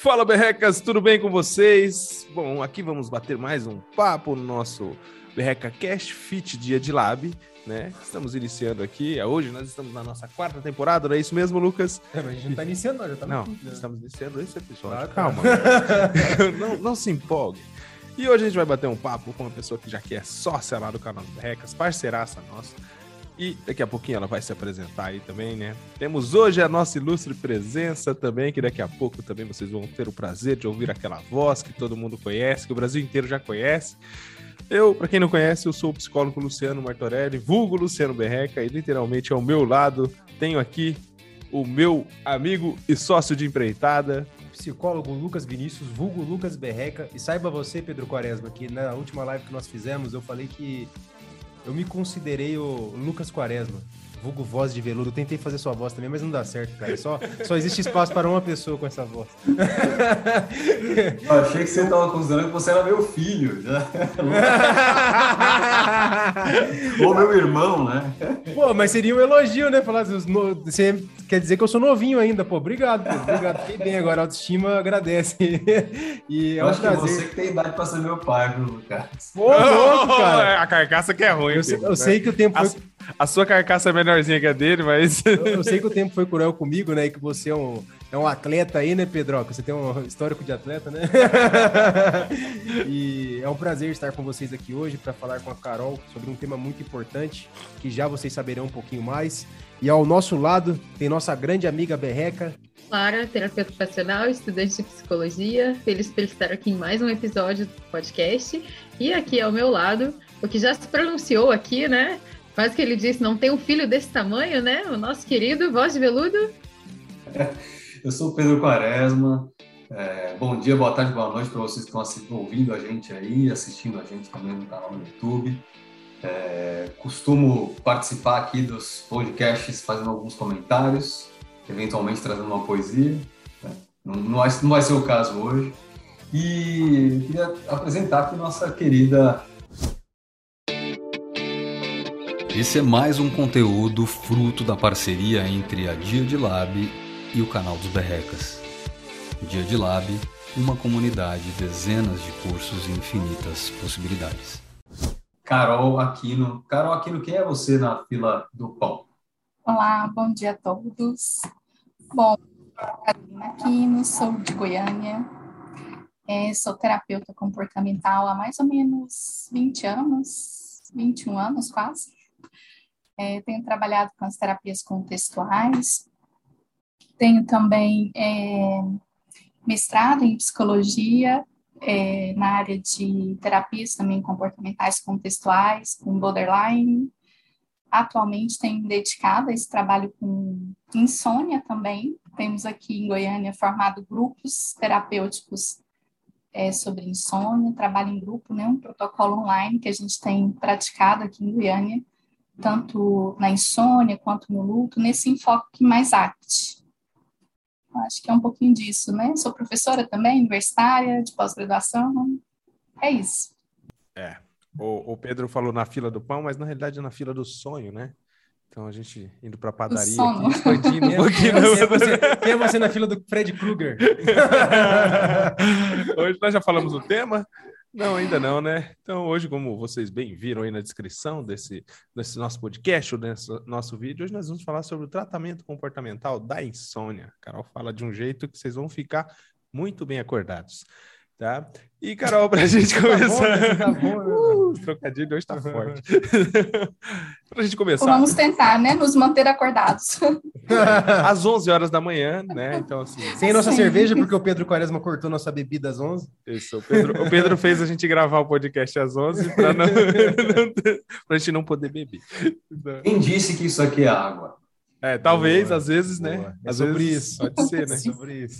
Fala, berrecas, tudo bem com vocês? Bom, aqui vamos bater mais um papo no nosso Berreca Cast Fit Dia de Lab, né? Estamos iniciando aqui, hoje nós estamos na nossa 4ª temporada, não é isso mesmo, Lucas? Mas a gente não tá iniciando, não, já tá Não, no estamos iniciando esse episódio, Ah, calma. não se empolgue. E hoje a gente vai bater um papo com uma pessoa que já que é sócia lá do canal do Berrecas, parceiraça nossa. E daqui a pouquinho ela vai se apresentar aí também, né? Temos hoje a nossa ilustre presença também, que daqui a pouco também vocês vão ter o prazer de ouvir aquela voz que todo mundo conhece, que o Brasil inteiro já conhece. Para quem não conhece, eu sou o psicólogo Luciano Martorelli, vulgo Luciano Berreca, e literalmente ao meu lado tenho aqui o meu amigo e sócio de empreitada, psicólogo Lucas Vinícius, vulgo Lucas Berreca. E saiba você, Pedro Quaresma, que na última live que nós fizemos, eu falei que eu me considerei o Lucas Quaresma, vulgo voz de veludo. Eu tentei fazer sua voz também, mas não dá certo, cara. Só existe espaço para uma pessoa com essa voz. Eu achei que você estava considerando que você era meu filho. Ou meu irmão, né? Pô, mas seria um elogio, né? Falar assim, você quer dizer que eu sou novinho ainda. Pô, obrigado, Pedro. Obrigado. Fiquei bem agora. A autoestima agradece. E eu acho que você que tem idade para ser meu pai, viu, Lucas? Pô, louco, cara. A carcaça que é ruim. Eu sei que o tempo foi... A sua carcaça é menorzinha que a dele, mas... Eu sei que o tempo foi cruel comigo, né? E que você é um atleta aí, né, Pedro? Você tem um histórico de atleta, né? E é um prazer estar com vocês aqui hoje para falar com a Carol sobre um tema muito importante, que já vocês saberão um pouquinho mais. E ao nosso lado tem nossa grande amiga Berreca. Clara, terapeuta ocupacional, estudante de psicologia. Feliz por estar aqui em mais um episódio do podcast. E aqui ao meu lado, o que já se pronunciou aqui, né? Quase que ele disse, não tem um filho desse tamanho, né? O nosso querido voz de veludo. Eu sou o Pedro Quaresma. Bom dia, boa tarde, boa noite para vocês que estão ouvindo a gente aí, assistindo a gente também no canal no YouTube. Costumo participar aqui dos podcasts fazendo alguns comentários, eventualmente trazendo uma poesia. Não vai ser o caso hoje. E queria apresentar aqui nossa querida... Esse é mais um conteúdo fruto da parceria entre a Dia de Lab e o canal dos Berrecas. Dia de Lab, uma comunidade, dezenas de cursos e infinitas possibilidades. Carol Aquino. Carol Aquino, quem é você na fila do pão? Olá, bom dia a todos. Bom, Carolina Aquino, sou de Goiânia. Sou terapeuta comportamental há mais ou menos 20 anos, 21 anos quase. Tenho trabalhado com as terapias contextuais, tenho também mestrado em psicologia, na área de terapias também comportamentais contextuais, com borderline. Atualmente tenho me dedicado a esse trabalho com insônia também. Temos aqui em Goiânia formado grupos terapêuticos sobre insônia, trabalho em grupo, né, um protocolo online que a gente tem praticado aqui em Goiânia, tanto na insônia quanto no luto, nesse enfoque mais ACT. Acho que é um pouquinho disso, né? Sou professora também, universitária, de pós-graduação. É isso. O Pedro falou na fila do pão, mas na realidade é na fila do sonho, né? Então a gente indo pra padaria aqui, expandindo um pouquinho. Quem é você na fila do Fred Krueger? Hoje nós já falamos o tema? Não, ainda não, né? Então hoje, como vocês bem viram aí na descrição desse nosso podcast, ou desse nosso vídeo, hoje nós vamos falar sobre o tratamento comportamental da insônia. A Carol fala de um jeito que vocês vão ficar muito bem acordados, tá? E Carol, pra gente começar... Tá bom, né? O trocadilho hoje tá forte. Pra gente começar... Vamos tentar, né? Nos manter acordados. Às 11 horas da manhã, né? Então, assim... Sem nossa cerveja, porque o Pedro Quaresma cortou nossa bebida às 11. Isso, o Pedro fez a gente gravar o podcast às 11 pra gente não poder beber. Quem disse que isso aqui é água? Talvez, às vezes, boa. né? É Às sobre vezes, isso. pode ser, né? Sobre isso.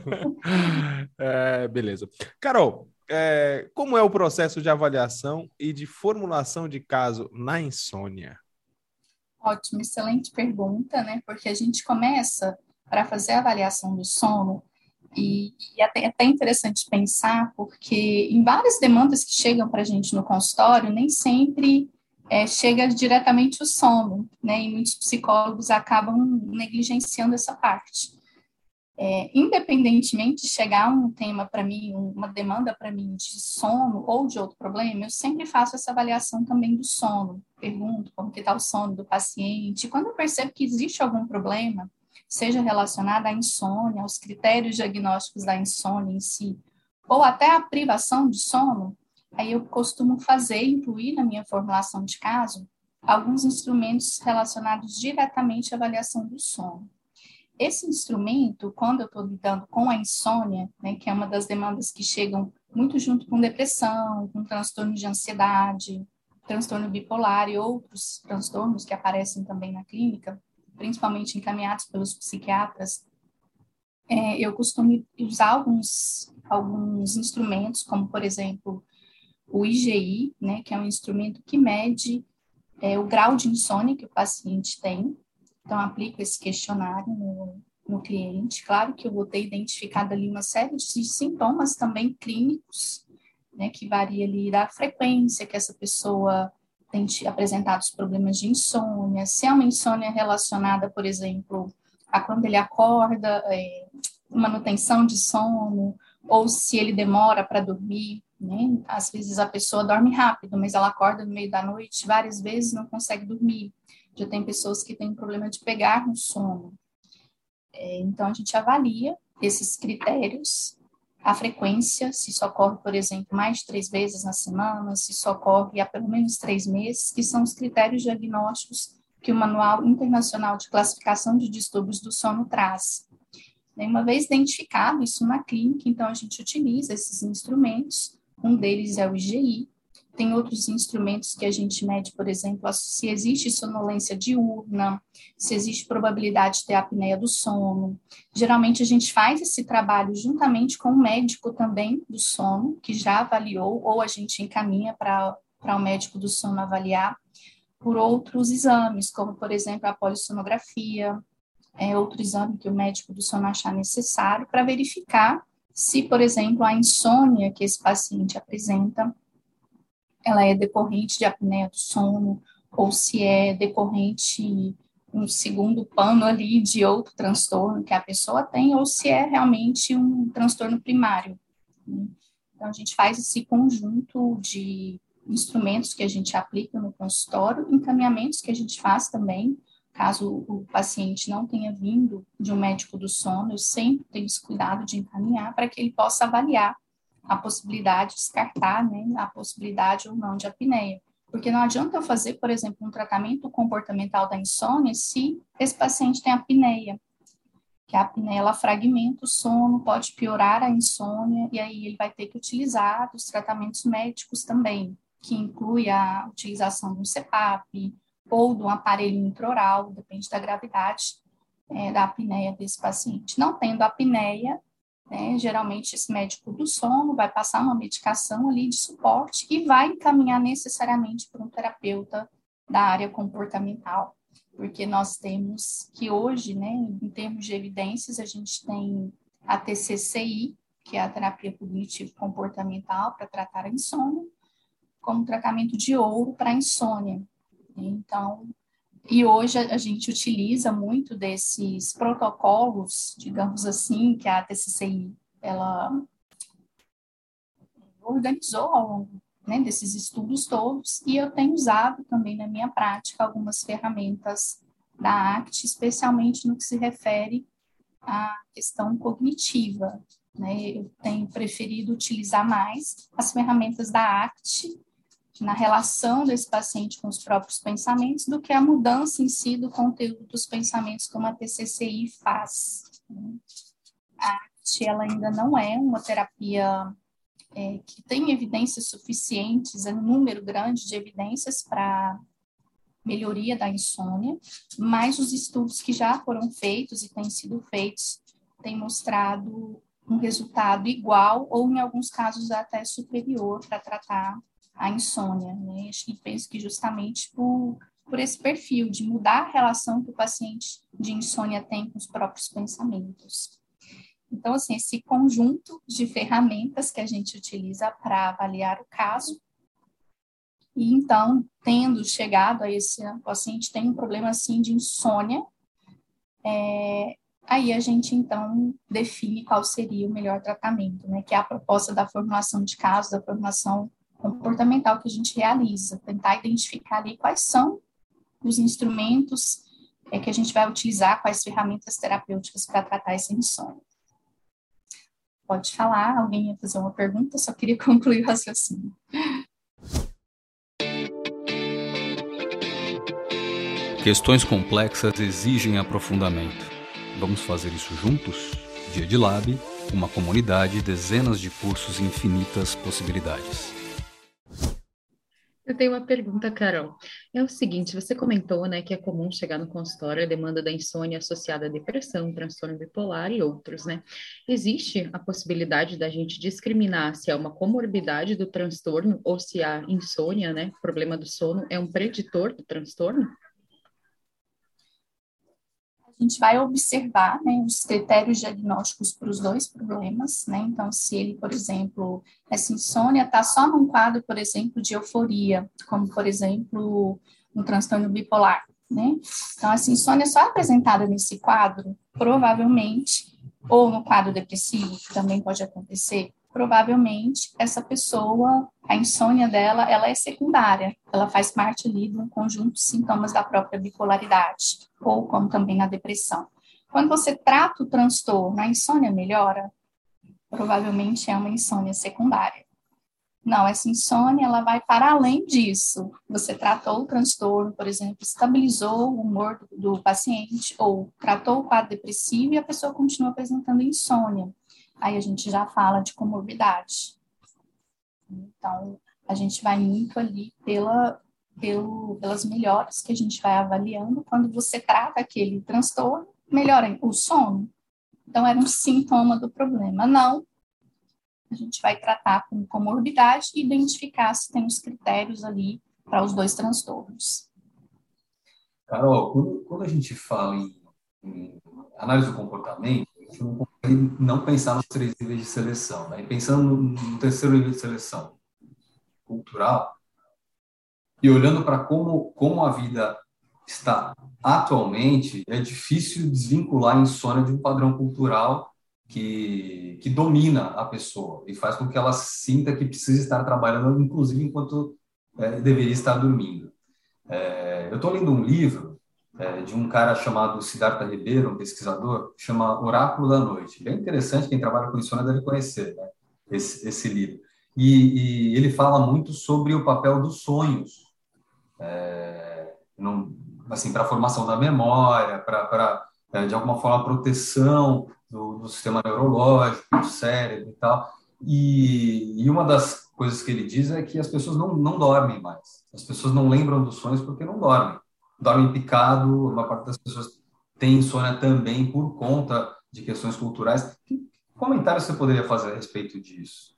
Beleza. Carol, como é o processo de avaliação e de formulação de caso na insônia? Ótimo, excelente pergunta, né? Porque a gente começa para fazer a avaliação do sono e é até interessante pensar, porque em várias demandas que chegam para a gente no consultório, nem sempre chega diretamente o sono, né? E muitos psicólogos acabam negligenciando essa parte. Independentemente de chegar um tema para mim, uma demanda para mim de sono ou de outro problema, eu sempre faço essa avaliação também do sono. Pergunto como que está o sono do paciente. Quando eu percebo que existe algum problema, seja relacionado à insônia, aos critérios diagnósticos da insônia em si, ou até a privação de sono, aí eu costumo incluir na minha formulação de caso, alguns instrumentos relacionados diretamente à avaliação do sono. Esse instrumento, quando eu estou lidando com a insônia, né, que é uma das demandas que chegam muito junto com depressão, com transtorno de ansiedade, transtorno bipolar e outros transtornos que aparecem também na clínica, principalmente encaminhados pelos psiquiatras, eu costumo usar alguns instrumentos, como, por exemplo, o IGI, né, que é um instrumento que mede o grau de insônia que o paciente tem. Então, aplico esse questionário no cliente. Claro que eu vou ter identificado ali uma série de sintomas também clínicos, né, que varia ali da frequência que essa pessoa tem apresentado os problemas de insônia, se é uma insônia relacionada, por exemplo, a quando ele acorda, manutenção de sono, ou se ele demora para dormir, né? Às vezes a pessoa dorme rápido, mas ela acorda no meio da noite várias vezes e não consegue dormir. Já tem pessoas que têm problema de pegar no sono. Então, a gente avalia esses critérios, a frequência, se isso ocorre, por exemplo, mais de 3 vezes na semana, se isso ocorre há pelo menos 3 meses, que são os critérios diagnósticos que o Manual Internacional de Classificação de Distúrbios do Sono traz. Uma vez identificado isso na clínica, então a gente utiliza esses instrumentos, um deles é o IGI, tem outros instrumentos que a gente mede, por exemplo, se existe sonolência diurna, se existe probabilidade de ter apneia do sono. Geralmente a gente faz esse trabalho juntamente com o médico também do sono, que já avaliou, ou a gente encaminha para o médico do sono avaliar por outros exames, como, por exemplo, a polissonografia, outro exame que o médico do sono achar necessário para verificar se, por exemplo, a insônia que esse paciente apresenta, ela é decorrente de apneia do sono, ou se é decorrente um segundo plano ali de outro transtorno que a pessoa tem, ou se é realmente um transtorno primário. Então, a gente faz esse conjunto de instrumentos que a gente aplica no consultório, encaminhamentos que a gente faz também, caso o paciente não tenha vindo de um médico do sono, eu sempre tenho esse cuidado de encaminhar para que ele possa avaliar a possibilidade de descartar, né, a possibilidade ou não de apneia. Porque não adianta eu fazer, por exemplo, um tratamento comportamental da insônia se esse paciente tem apneia, que a apneia ela fragmenta o sono, pode piorar a insônia, e aí ele vai ter que utilizar os tratamentos médicos também, que inclui a utilização de um CPAP ou de um aparelho intraoral, depende da gravidade da apneia desse paciente. Não tendo apneia, geralmente esse médico do sono vai passar uma medicação ali de suporte e vai encaminhar necessariamente para um terapeuta da área comportamental, porque nós temos que hoje, né, em termos de evidências, a gente tem a TCCI, que é a terapia cognitivo-comportamental para tratar a insônia, como tratamento de ouro para a insônia. Então, e hoje a gente utiliza muito desses protocolos, digamos assim, que a TCCI, ela organizou ao longo, né, desses estudos todos, e eu tenho usado também na minha prática algumas ferramentas da ACT, especialmente no que se refere à questão cognitiva, né? Eu tenho preferido utilizar mais as ferramentas da ACT na relação desse paciente com os próprios pensamentos do que a mudança em si do conteúdo dos pensamentos, como a TCCI faz. A ACT, ela ainda não é uma terapia que tem evidências suficientes, um número grande de evidências para melhoria da insônia, mas os estudos que já foram feitos e têm sido feitos têm mostrado um resultado igual ou, em alguns casos, até superior para tratar a insônia, né? E penso que justamente por esse perfil de mudar a relação que o paciente de insônia tem com os próprios pensamentos. Então, assim, esse conjunto de ferramentas que a gente utiliza para avaliar o caso, e então, tendo chegado a esse paciente tem um problema, assim, de insônia, Aí a gente, então, define qual seria o melhor tratamento, né? Que é a proposta da formulação de casos, da formação comportamental que a gente realiza, tentar identificar ali quais são os instrumentos que a gente vai utilizar, quais ferramentas terapêuticas para tratar essa insônia. Pode falar, alguém ia fazer uma pergunta, só queria concluir o raciocínio. Questões complexas exigem aprofundamento. Vamos fazer isso juntos? Dia de Lab, uma comunidade, dezenas de cursos e infinitas possibilidades. Eu tenho uma pergunta, Carol. É o seguinte, você comentou, né, que é comum chegar no consultório a demanda da insônia associada à depressão, transtorno bipolar e outros, né? Existe a possibilidade da gente discriminar se é uma comorbidade do transtorno ou se a insônia, né, problema do sono, é um preditor do transtorno? A gente vai observar, né, os critérios diagnósticos para os dois problemas, né? Então, se ele, por exemplo, essa insônia está só num quadro, por exemplo, de euforia, como, por exemplo, um transtorno bipolar, né? Então, essa insônia só é apresentada nesse quadro, provavelmente, ou no quadro depressivo, que também pode acontecer, provavelmente essa pessoa, a insônia dela, ela é secundária, ela faz parte ali de um conjunto de sintomas da própria bipolaridade, ou como também na depressão. Quando você trata o transtorno, a insônia melhora, provavelmente é uma insônia secundária. Não, essa insônia, ela vai para além disso. Você tratou o transtorno, por exemplo, estabilizou o humor do paciente, ou tratou o quadro depressivo e a pessoa continua apresentando insônia. Aí a gente já fala de comorbidade. Então, a gente vai muito ali pelas melhoras que a gente vai avaliando. Quando você trata aquele transtorno, melhora o sono. Então, era um sintoma do problema. Não, a gente vai tratar com comorbidade e identificar se tem os critérios ali para os dois transtornos. Carol, quando a gente fala em análise do comportamento, a gente não consegue não pensar nos 3 níveis de seleção, né? E pensando no terceiro nível de seleção, cultural, e olhando para como a vida está atualmente, é difícil desvincular a insônia de um padrão cultural que domina a pessoa e faz com que ela sinta que precisa estar trabalhando, inclusive enquanto deveria estar dormindo. Eu estou lendo um livro de um cara chamado Siddhartha Ribeiro, um pesquisador, chama Oráculo da Noite. Bem interessante, quem trabalha com insônia deve conhecer, né, esse livro. E ele fala muito sobre o papel dos sonhos, assim, para a formação da memória, para de alguma forma, a proteção do sistema neurológico, do cérebro e tal. E uma das coisas que ele diz é que as pessoas não dormem mais. As pessoas não lembram dos sonhos porque não dormem. Dormem picado, uma parte das pessoas tem insônia também por conta de questões culturais. Que comentário você poderia fazer a respeito disso?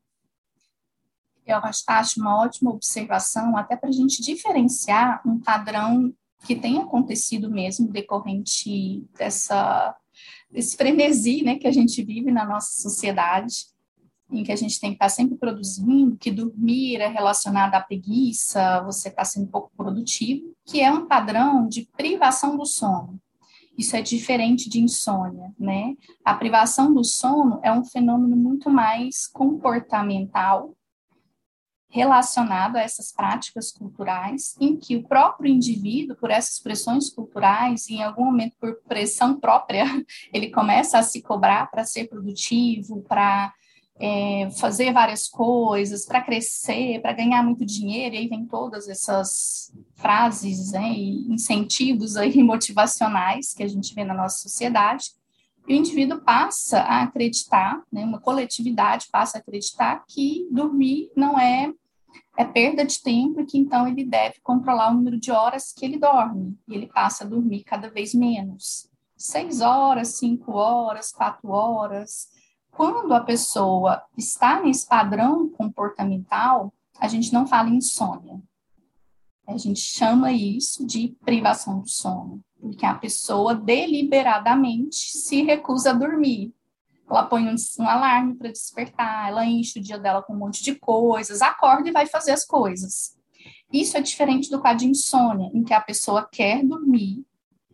Eu acho uma ótima observação, até para a gente diferenciar um padrão que tem acontecido mesmo decorrente desse frenesi, né, que a gente vive na nossa sociedade, em que a gente tem que estar sempre produzindo, que dormir é relacionado à preguiça, você está sendo pouco produtivo, que é um padrão de privação do sono. Isso é diferente de insônia, né? A privação do sono é um fenômeno muito mais comportamental, relacionado a essas práticas culturais, em que o próprio indivíduo, por essas pressões culturais, e em algum momento por pressão própria, ele começa a se cobrar para ser produtivo, para fazer várias coisas, para crescer, para ganhar muito dinheiro, e aí vem todas essas frases, né, e incentivos aí motivacionais que a gente vê na nossa sociedade, e o indivíduo passa a acreditar, né, uma coletividade passa a acreditar que dormir não é perda de tempo e que então ele deve controlar o número de horas que ele dorme, e ele passa a dormir cada vez menos, 6 horas, 5 horas, 4 horas. Quando a pessoa está nesse padrão comportamental, a gente não fala em insônia. A gente chama isso de privação do sono, porque a pessoa deliberadamente se recusa a dormir. Ela põe um alarme para despertar, ela enche o dia dela com um monte de coisas, acorda e vai fazer as coisas. Isso é diferente do quadro de insônia, em que a pessoa quer dormir,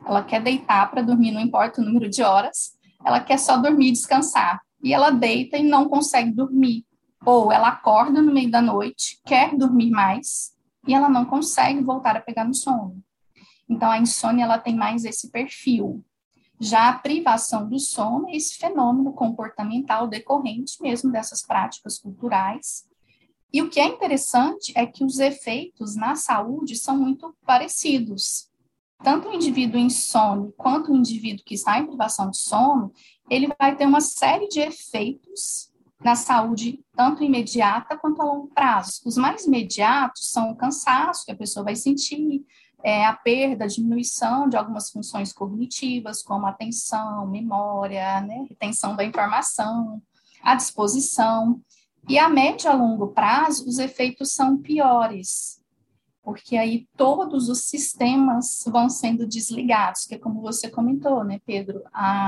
Ela quer deitar para dormir, não importa o número de horas, ela quer só dormir e descansar. E ela deita e não consegue dormir. Ou ela acorda no meio da noite, quer dormir mais, e ela não consegue voltar a pegar no sono. Então, a insônia, ela tem mais esse perfil. Já a privação do sono é esse fenômeno comportamental decorrente mesmo dessas práticas culturais. E o que é interessante é que os efeitos na saúde são muito parecidos. Tanto o indivíduo insônia quanto o indivíduo que está em privação de sono, ele vai ter uma série de efeitos na saúde, tanto imediata quanto a longo prazo. Os mais imediatos são o cansaço que a pessoa vai sentir, a perda, a diminuição de algumas funções cognitivas, como atenção, memória, né, retenção da informação, a disposição. E a médio a longo prazo, os efeitos são piores, porque aí todos os sistemas vão sendo desligados, que é como você comentou, né, Pedro?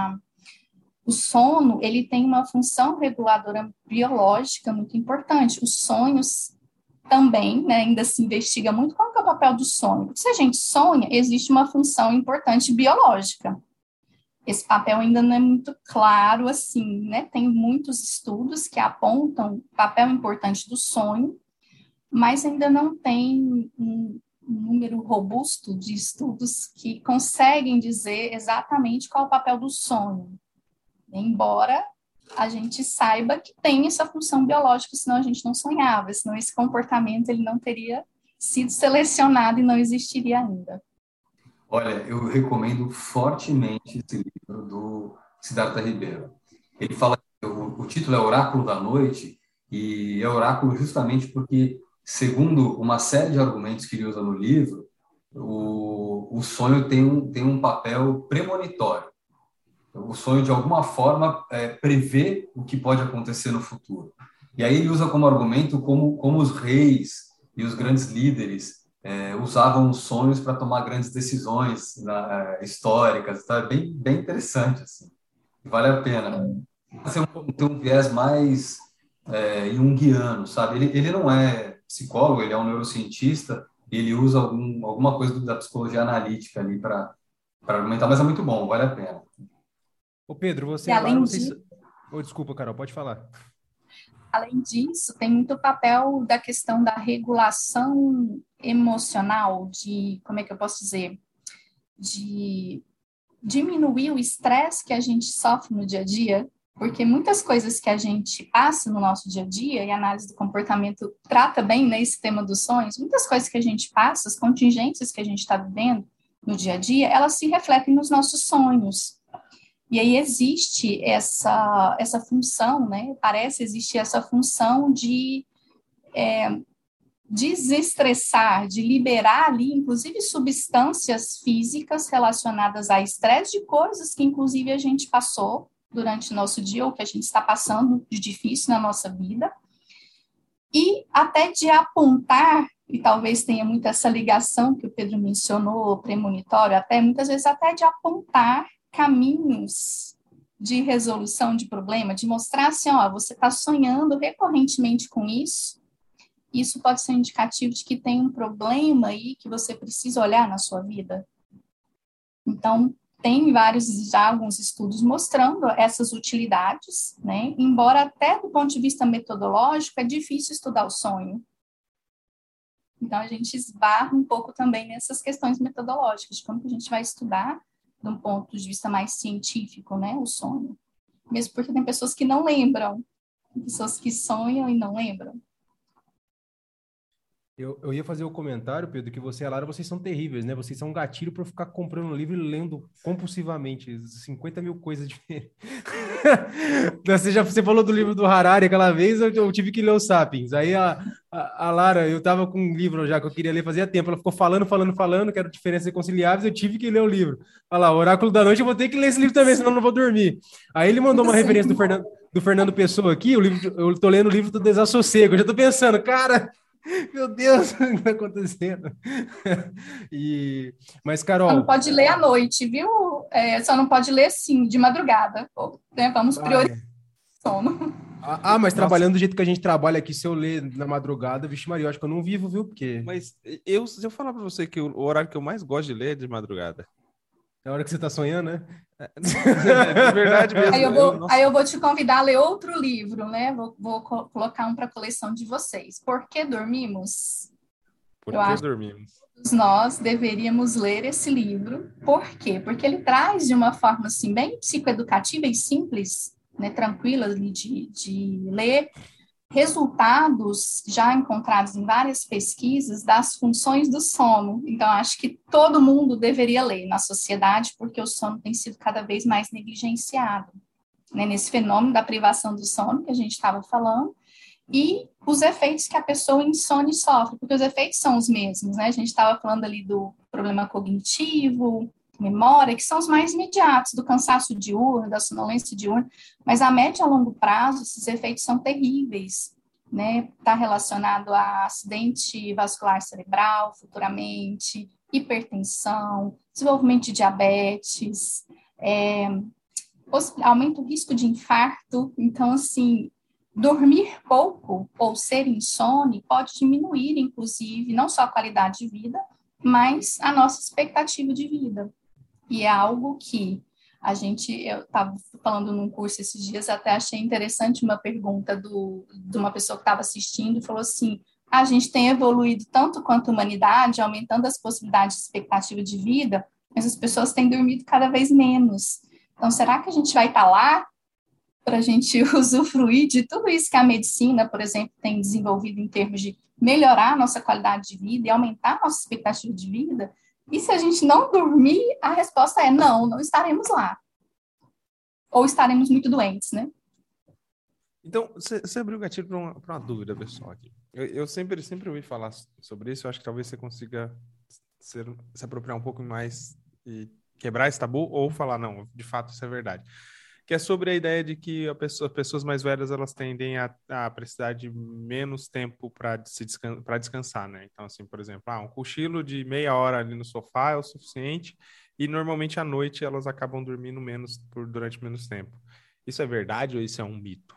O sono, ele tem uma função reguladora biológica muito importante. Os sonhos também, né, ainda se investiga muito qual que é o papel do sonho. Porque se a gente sonha, existe uma função importante biológica. Esse papel ainda não é muito claro, assim, né? Tem muitos estudos que apontam o papel importante do sonho, mas ainda não tem um número robusto de estudos que conseguem dizer exatamente qual é o papel do sonho. Embora a gente saiba que tem essa função biológica, senão a gente não sonhava, senão esse comportamento ele não teria sido selecionado e não existiria ainda. Olha, eu recomendo fortemente esse livro do Siddhartha Ribeiro. Ele fala, o título é Oráculo da Noite, e é oráculo justamente porque, segundo uma série de argumentos que ele usa no livro, o sonho tem um papel premonitório. O sonho, de alguma forma, prevê o que pode acontecer no futuro. E aí ele usa como argumento como os reis e os grandes líderes usavam os sonhos para tomar grandes decisões históricas. Tá? É bem interessante, assim. Vale a pena. Tem um viés mais junguiano, sabe? Ele não é psicólogo, ele é um neurocientista, e ele usa alguma coisa da psicologia analítica ali para argumentar, mas é muito bom, vale a pena. Ô Pedro, você... desculpa, Carol, pode falar. Além disso, tem muito papel da questão da regulação emocional, como é que eu posso dizer? De diminuir o estresse que a gente sofre no dia a dia, porque muitas coisas que a gente passa no nosso dia a dia, e a análise do comportamento trata bem, né, esse tema dos sonhos, muitas coisas que a gente passa, as contingências que a gente está vivendo no dia a dia, elas se refletem nos nossos sonhos. E aí existe essa função, né? Parece existir essa função de desestressar, de liberar ali, inclusive, substâncias físicas relacionadas a estresse de coisas que, inclusive, a gente passou durante o nosso dia, ou que a gente está passando de difícil na nossa vida, e até de apontar, e talvez tenha muito essa ligação que o Pedro mencionou, premonitório, até muitas vezes até de apontar caminhos de resolução de problema, de mostrar assim, ó, você está sonhando recorrentemente com isso pode ser um indicativo de que tem um problema aí que você precisa olhar na sua vida. Então, tem alguns estudos mostrando essas utilidades, né? Embora até do ponto de vista metodológico é difícil estudar o sonho. Então, a gente esbarra um pouco também nessas questões metodológicas, de como que a gente vai estudar de um ponto de vista mais científico, né, o sonho. Mesmo porque tem pessoas que não lembram, pessoas que sonham e não lembram. Eu ia fazer o comentário, Pedro, que você e a Lara, vocês são terríveis, né? Vocês são um gatilho para eu ficar comprando livro e lendo compulsivamente 50 mil coisas diferentes. Você falou do livro do Harari aquela vez, eu tive que ler o Sapiens. Aí a Lara, eu tava com um livro já que eu queria ler fazia tempo, ela ficou falando, que era Diferenças Reconciliáveis, eu tive que ler o livro. Olha lá, Oráculo da Noite, eu vou ter que ler esse livro também, senão eu não vou dormir. Aí ele mandou uma referência do Fernando Pessoa aqui, eu tô lendo o livro do Desassossego, eu já tô pensando, cara... Meu Deus, o que está acontecendo? Mas, Carol... Só não pode ler à noite, viu? Só não pode ler, sim, de madrugada. Né? Vamos priorizar o sono. Mas trabalhando do jeito que a gente trabalha aqui, se eu ler na madrugada, vixe Maria, eu acho que eu não vivo, viu? Porque... Mas se eu falar para você que o horário que eu mais gosto de ler é de madrugada. É a hora que você tá sonhando, né? É verdade mesmo. Aí eu vou te convidar a ler outro livro, né? Vou colocar um para a coleção de vocês. Por que dormimos? Por Eu que acho dormimos? que todos nós deveríamos ler esse livro. Por quê? Porque ele traz de uma forma assim, bem psicoeducativa e simples, né? Tranquila de ler, resultados já encontrados em várias pesquisas das funções do sono. Então, acho que todo mundo deveria ler na sociedade, porque o sono tem sido cada vez mais negligenciado, né? Nesse fenômeno da privação do sono que a gente estava falando, e os efeitos que a pessoa insone sofre, porque os efeitos são os mesmos, né? A gente estava falando ali do problema cognitivo, memória, que são os mais imediatos, do cansaço diurno, da sonolência diurna, mas a médio e a longo prazo, esses efeitos são terríveis, né? Está relacionado a acidente vascular cerebral, futuramente, hipertensão, desenvolvimento de diabetes, aumenta o risco de infarto. Então, assim, dormir pouco ou ser insone pode diminuir, inclusive, não só a qualidade de vida, mas a nossa expectativa de vida. E é algo que eu estava falando num curso esses dias, até achei interessante uma pergunta de uma pessoa que estava assistindo, falou assim, a gente tem evoluído tanto quanto a humanidade, aumentando as possibilidades de expectativa de vida, mas as pessoas têm dormido cada vez menos. Então, será que a gente vai estar lá para a gente usufruir de tudo isso que a medicina, por exemplo, tem desenvolvido em termos de melhorar a nossa qualidade de vida e aumentar a nossa expectativa de vida? E se a gente não dormir, a resposta é não estaremos lá. Ou estaremos muito doentes, né? Então, você abriu o gatilho para uma dúvida, pessoal, aqui. Eu sempre ouvi falar sobre isso, eu acho que talvez você consiga se apropriar um pouco mais e quebrar esse tabu, ou falar, não, de fato isso é verdade. Que é sobre a ideia de que pessoas mais velhas, elas tendem a precisar de menos tempo para descansar, né? Então, assim, por exemplo, um cochilo de meia hora ali no sofá é o suficiente, e normalmente à noite elas acabam dormindo menos durante menos tempo. Isso é verdade ou isso é um mito?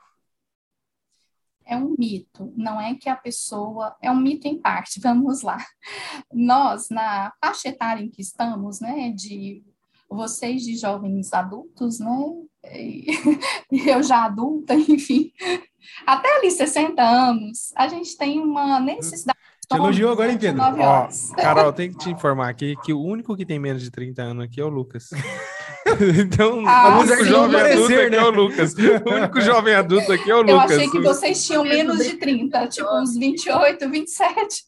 É um mito, não é que a pessoa... É um mito em parte, vamos lá. Nós, na faixa etária em que estamos, né, de vocês de jovens adultos, né, e eu já adulta, enfim, até ali 60 anos, a gente tem uma necessidade Te elogiou agora, hein, Pedro? Ó, Carol, tem que te informar aqui que o único que tem menos de 30 anos aqui é o Lucas. Então, o único jovem adulto aqui é o Lucas. O único jovem adulto aqui é o Lucas. Eu achei que vocês tinham menos de 30, tipo uns 28, 27.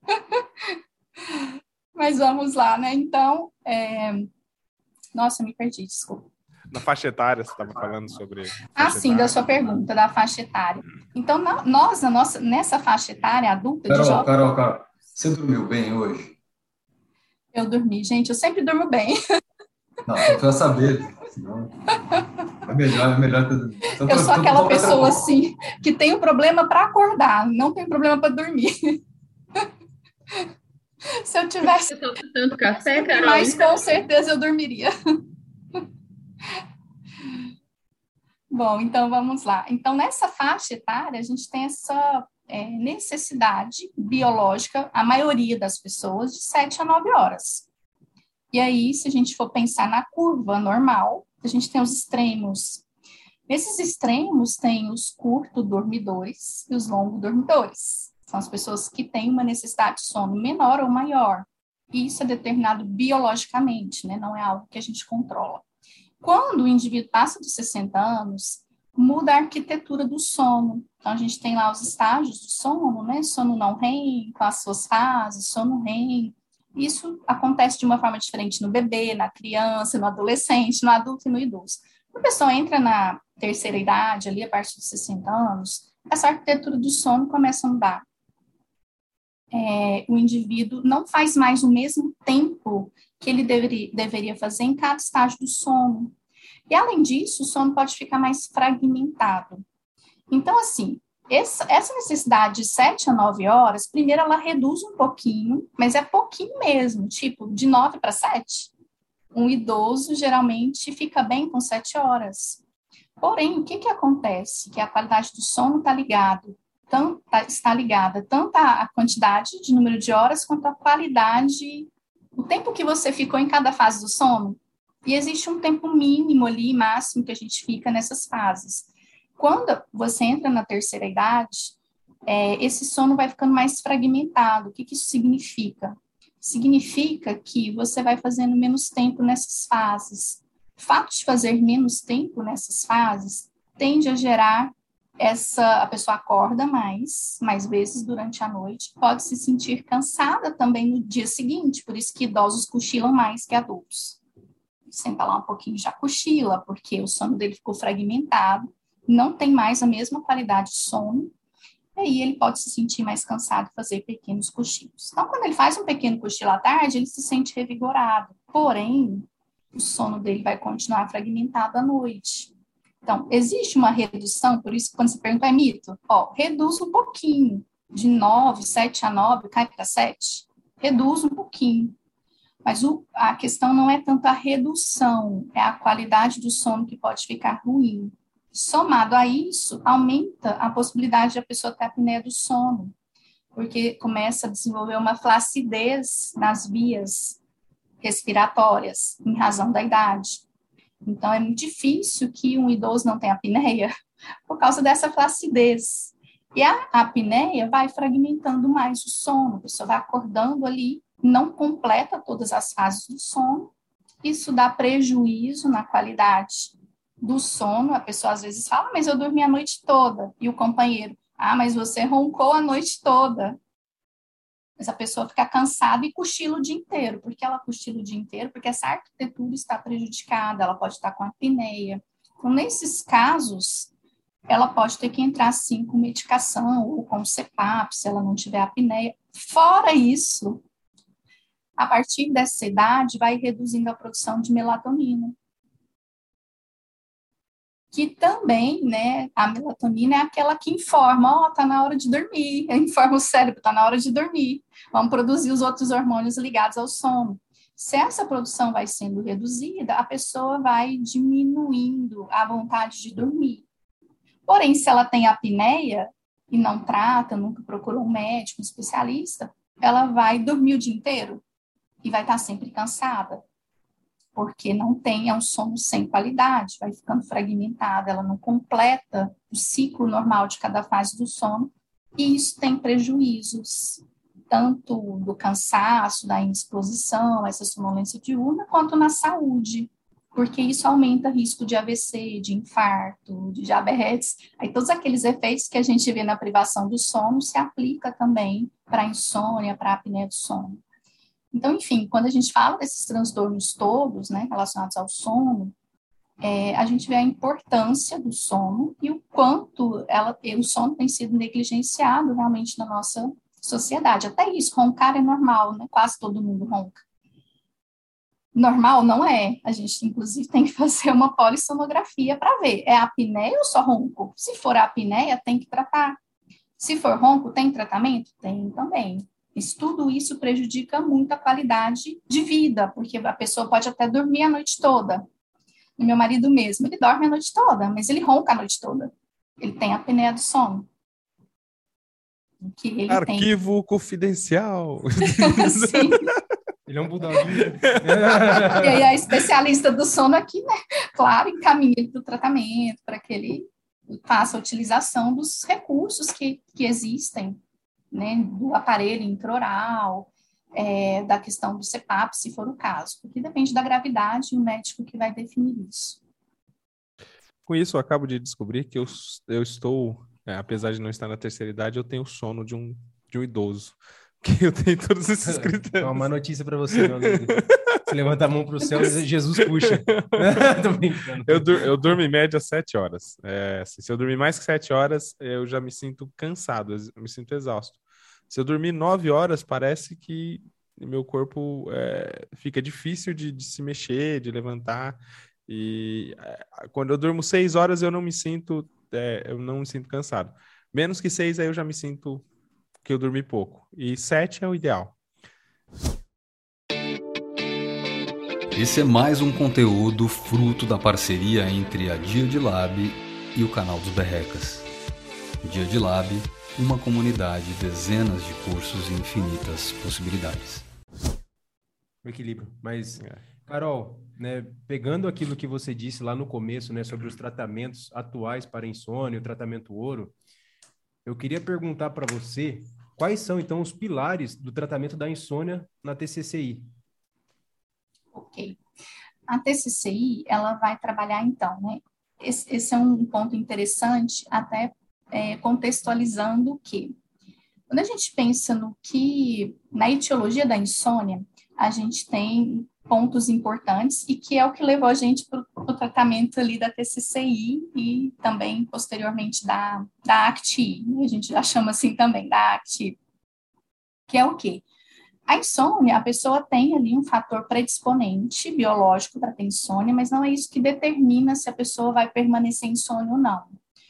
Mas vamos lá, né? Então, nossa, me perdi, desculpa. Na faixa etária, você estava falando sobre... Sim, da sua pergunta, da faixa etária. Então, nessa faixa etária adulta... Carol, você dormiu bem hoje? Eu dormi, gente, eu sempre durmo bem. Não, eu quero saber, senão... É melhor... Eu sou aquela pessoa, assim, que tem um problema para acordar, não tem problema para dormir. Se eu tivesse tanto café, Carol, mas com certeza eu dormiria. Bom, então vamos lá. Então, nessa faixa etária, a gente tem essa necessidade biológica, a maioria das pessoas, de 7 a 9 horas. E aí, se a gente for pensar na curva normal, a gente tem os extremos. Nesses extremos, tem os curto-dormidores e os longo-dormidores. São as pessoas que têm uma necessidade de sono menor ou maior. E isso é determinado biologicamente, né? Não é algo que a gente controla. Quando o indivíduo passa dos 60 anos, muda a arquitetura do sono. Então, a gente tem lá os estágios do sono, né? Sono não REM, com as suas fases, sono REM. Isso acontece de uma forma diferente no bebê, na criança, no adolescente, no adulto e no idoso. Quando a pessoa entra na terceira idade, ali a partir dos 60 anos, essa arquitetura do sono começa a mudar. O indivíduo não faz mais o mesmo tempo que ele deveria fazer em cada estágio do sono. E, além disso, o sono pode ficar mais fragmentado. Então, assim, essa necessidade de 7 a 9 horas, primeiro ela reduz um pouquinho, mas é pouquinho mesmo, tipo, de 9 para 7. Um idoso, geralmente, fica bem com 7 horas. Porém, o que acontece? Que a qualidade do sono está ligada tanto à quantidade de número de horas quanto à qualidade, o tempo que você ficou em cada fase do sono. E existe um tempo mínimo ali, máximo, que a gente fica nessas fases. Quando você entra na terceira idade, esse sono vai ficando mais fragmentado. O que isso significa? Significa que você vai fazendo menos tempo nessas fases. O fato de fazer menos tempo nessas fases tende a gerar a pessoa acorda mais vezes durante a noite, pode se sentir cansada também no dia seguinte, por isso que idosos cochilam mais que adultos. Senta lá um pouquinho, já cochila, porque o sono dele ficou fragmentado, não tem mais a mesma qualidade de sono, e aí ele pode se sentir mais cansado e fazer pequenos cochilos. Então, quando ele faz um pequeno cochilo à tarde, ele se sente revigorado, porém, o sono dele vai continuar fragmentado à noite. Então, existe uma redução, por isso que quando você pergunta, é mito? Reduz um pouquinho, de 9, 7 a 9, cai para 7, reduz um pouquinho. Mas a questão não é tanto a redução, é a qualidade do sono que pode ficar ruim. Somado a isso, aumenta a possibilidade de a pessoa ter apneia do sono, porque começa a desenvolver uma flacidez nas vias respiratórias, em razão da idade. Então, é muito difícil que um idoso não tenha apneia por causa dessa flacidez. E a apneia vai fragmentando mais o sono, a pessoa vai acordando ali, não completa todas as fases do sono, isso dá prejuízo na qualidade do sono. A pessoa às vezes fala, mas eu dormi a noite toda, e o companheiro, mas você roncou a noite toda. Mas a pessoa fica cansada e cochila o dia inteiro. Por que ela cochila o dia inteiro? Porque essa arquitetura está prejudicada, ela pode estar com apneia. Então, nesses casos, ela pode ter que entrar, sim, com medicação ou com CPAP, se ela não tiver apneia. Fora isso, a partir dessa idade, vai reduzindo a produção de melatonina. Que também, né, a melatonina é aquela que informa, tá na hora de dormir, informa o cérebro, tá na hora de dormir, vamos produzir os outros hormônios ligados ao sono. Se essa produção vai sendo reduzida, a pessoa vai diminuindo a vontade de dormir. Porém, se ela tem apneia e não trata, nunca procurou um médico, um especialista, ela vai dormir o dia inteiro e vai estar sempre cansada. Porque não tem, é um sono sem qualidade, vai ficando fragmentada, ela não completa o ciclo normal de cada fase do sono, e isso tem prejuízos, tanto do cansaço, da indisposição, essa sonolência diurna, quanto na saúde, porque isso aumenta o risco de AVC, de infarto, de diabetes, aí todos aqueles efeitos que a gente vê na privação do sono se aplica também para a insônia, para a apneia do sono. Então, enfim, quando a gente fala desses transtornos todos, né, relacionados ao sono, a gente vê a importância do sono e o quanto o sono tem sido negligenciado realmente na nossa sociedade. Até isso, roncar é normal, né? Quase todo mundo ronca. Normal não é. A gente, inclusive, tem que fazer uma polissonografia para ver. É apneia ou só ronco? Se for apneia, tem que tratar. Se for ronco, tem tratamento? Tem também. Mas tudo isso prejudica muito a qualidade de vida, porque a pessoa pode até dormir a noite toda. E meu marido mesmo, ele dorme a noite toda, mas ele ronca a noite toda. Ele tem a apneia do sono. Arquivo confidencial. Sim. Ele é um buldogzinho. E aí a especialista do sono aqui, né? Claro, encaminha ele para o tratamento, para que ele faça a utilização dos recursos que existem, né, do aparelho intraoral, da questão do CPAP, se for o caso, porque depende da gravidade e o médico que vai definir isso. Com isso, eu acabo de descobrir que eu estou, apesar de não estar na terceira idade, eu tenho sono de um idoso, que eu tenho todos esses critérios. Então, uma notícia para você, meu amigo. Você levanta a mão para o céu e Jesus puxa. Tô brincando. Eu durmo em média 7 horas. Se eu dormir mais que 7 horas, eu já me sinto cansado, eu me sinto exausto. Se eu dormir 9 horas, parece que meu corpo fica difícil de se mexer, de levantar. E quando eu durmo 6 horas, eu não me sinto cansado. Menos que 6, aí eu já me sinto que eu dormi pouco. E 7 é o ideal. Esse é mais um conteúdo fruto da parceria entre a Dia de Lab e o canal dos Berrecas. Dia de Lab, uma comunidade, dezenas de cursos e infinitas possibilidades. O equilíbrio. Mas, Carol, né, pegando aquilo que você disse lá no começo, né, sobre os tratamentos atuais para insônia, o tratamento ouro, eu queria perguntar para você quais são, então, os pilares do tratamento da insônia na TCCI. Ok. A TCCI, ela vai trabalhar, então, né? Esse é um ponto interessante, até contextualizando que, quando a gente pensa na etiologia da insônia, a gente tem pontos importantes e que é o que levou a gente para o tratamento ali da TCCI e também, posteriormente, da ACTI, a gente já chama assim também, da ACTI, que é o quê? A insônia, a pessoa tem ali um fator predisponente biológico para ter insônia, mas não é isso que determina se a pessoa vai permanecer insônia ou não.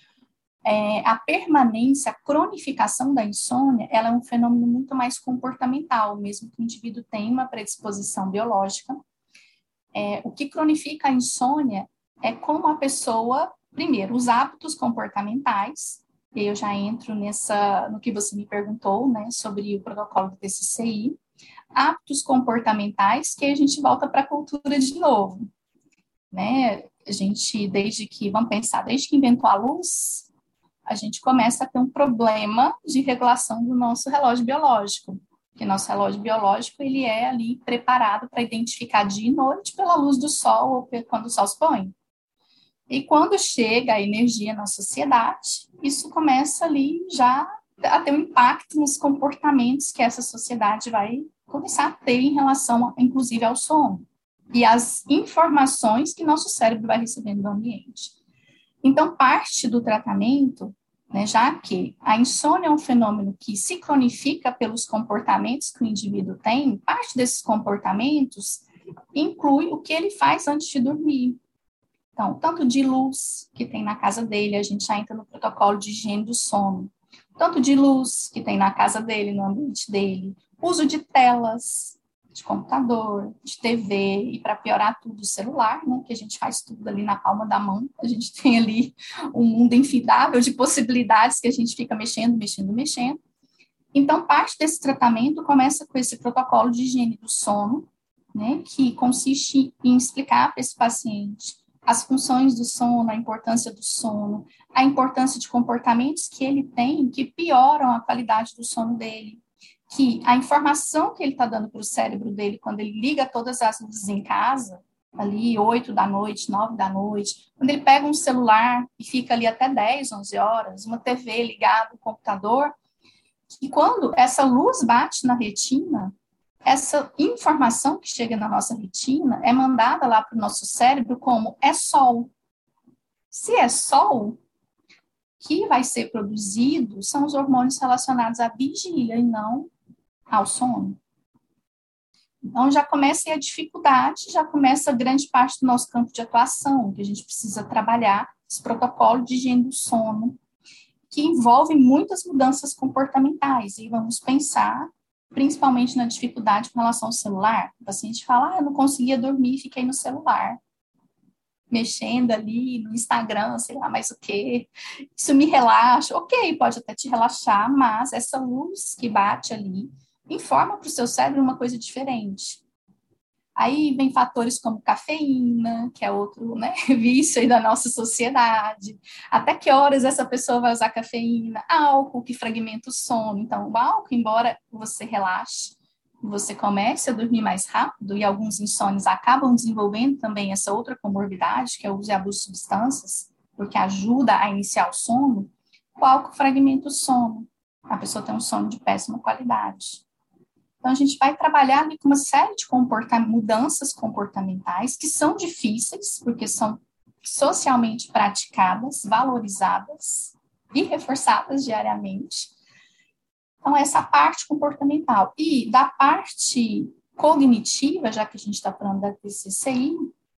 A permanência, a cronificação da insônia, ela é um fenômeno muito mais comportamental, mesmo que o indivíduo tenha uma predisposição biológica. O que cronifica a insônia é como a pessoa, primeiro, os hábitos comportamentais, e aí eu já entro no que você me perguntou, né, sobre o protocolo do TCCI, hábitos comportamentais, que a gente volta para a cultura de novo, né? A gente, desde que inventou a luz, a gente começa a ter um problema de regulação do nosso relógio biológico, porque nosso relógio biológico, ele é ali preparado para identificar dia e noite pela luz do sol ou quando o sol se põe. E quando chega a energia na sociedade, isso começa ali já a ter um impacto nos comportamentos que essa sociedade vai começar a ter em relação, inclusive, ao sono e as informações que nosso cérebro vai recebendo do ambiente. Então, parte do tratamento, né, já que a insônia é um fenômeno que se cronifica pelos comportamentos que o indivíduo tem, parte desses comportamentos inclui o que ele faz antes de dormir. Então, tanto de luz que tem na casa dele, a gente já entra no protocolo de higiene do sono, tanto de luz que tem na casa dele, no ambiente dele, uso de telas, de computador, de TV, e para piorar tudo, o celular, né, que a gente faz tudo ali na palma da mão, a gente tem ali um mundo infindável de possibilidades que a gente fica mexendo. Então, parte desse tratamento começa com esse protocolo de higiene do sono, né, que consiste em explicar para esse paciente as funções do sono, a importância do sono, a importância de comportamentos que ele tem que pioram a qualidade do sono dele, que a informação que ele está dando para o cérebro dele quando ele liga todas as luzes em casa, ali 8 da noite, 9 da noite, quando ele pega um celular e fica ali até 10, 11 horas, uma TV ligada, um computador, e quando essa luz bate na retina, essa informação que chega na nossa retina é mandada lá para o nosso cérebro como é sol. Se é sol, que vai ser produzido são os hormônios relacionados à vigília e não ao sono. Então, já começa aí a dificuldade, já começa grande parte do nosso campo de atuação, que a gente precisa trabalhar esse protocolo de higiene do sono, que envolve muitas mudanças comportamentais, e vamos pensar principalmente na dificuldade com relação ao celular. O paciente fala, eu não conseguia dormir, fiquei no celular, mexendo ali no Instagram, sei lá mais o quê. Isso me relaxa. Ok, pode até te relaxar, mas essa luz que bate ali informa para o seu cérebro uma coisa diferente. Aí vem fatores como cafeína, que é outro, né, vício aí da nossa sociedade. Até que horas essa pessoa vai usar cafeína? Álcool, que fragmenta o sono. Então, o álcool, embora você relaxe, você comece a dormir mais rápido, e alguns insônios acabam desenvolvendo também essa outra comorbidade, que é o uso e abuso de substâncias, porque ajuda a iniciar o sono, o álcool fragmenta o sono. A pessoa tem um sono de péssima qualidade. Então, a gente vai trabalhar ali com uma série de mudanças comportamentais que são difíceis, porque são socialmente praticadas, valorizadas e reforçadas diariamente. Então, essa parte comportamental. E da parte cognitiva, já que a gente está falando da TCCI,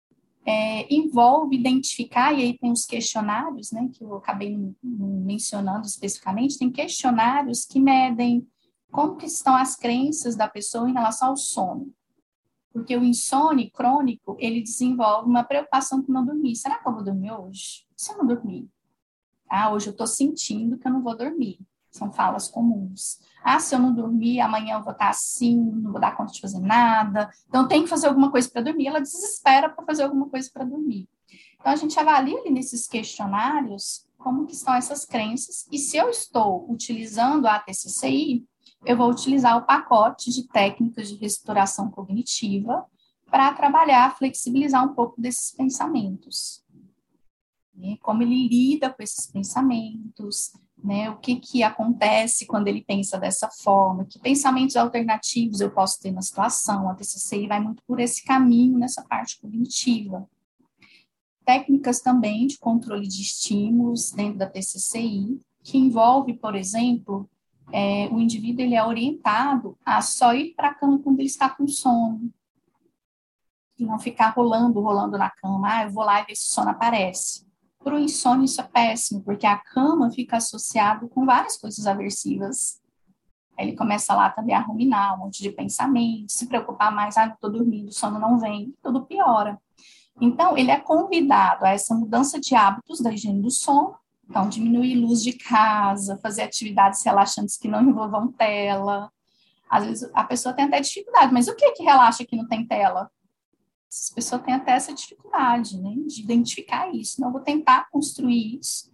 envolve identificar, e aí tem os questionários, né, que eu acabei mencionando especificamente, tem questionários que medem como que estão as crenças da pessoa em relação ao sono. Porque o insônia crônico, ele desenvolve uma preocupação com não dormir. Será que eu vou dormir hoje? Se eu não dormir? Hoje eu estou sentindo que eu não vou dormir. São falas comuns. Ah, se eu não dormir, amanhã eu vou estar assim, não vou dar conta de fazer nada. Então, tem que fazer alguma coisa para dormir. Ela desespera para fazer alguma coisa para dormir. Então, a gente avalia ali nesses questionários como que estão essas crenças. E se eu estou utilizando a TCCI, eu vou utilizar o pacote de técnicas de restauração cognitiva para trabalhar, flexibilizar um pouco desses pensamentos. Né? Como ele lida com esses pensamentos, né? O que acontece quando ele pensa dessa forma, que pensamentos alternativos eu posso ter na situação. A TCCI vai muito por esse caminho nessa parte cognitiva. Técnicas também de controle de estímulos dentro da TCCI, que envolve, por exemplo, o indivíduo ele é orientado a só ir para a cama quando ele está com sono, e não ficar rolando na cama. Eu vou lá e ver se o sono aparece. Para o insônia isso é péssimo, porque a cama fica associado com várias coisas aversivas. Aí ele começa lá também a ruminar um monte de pensamentos, se preocupar mais, não estou dormindo, o sono não vem, tudo piora. Então, ele é convidado a essa mudança de hábitos da higiene do sono, então diminuir luz de casa, fazer atividades relaxantes que não envolvam tela. Às vezes a pessoa tem até dificuldade, mas o que relaxa que não tem tela? As pessoas têm até essa dificuldade, né, de identificar isso. Então, eu vou tentar construir isso,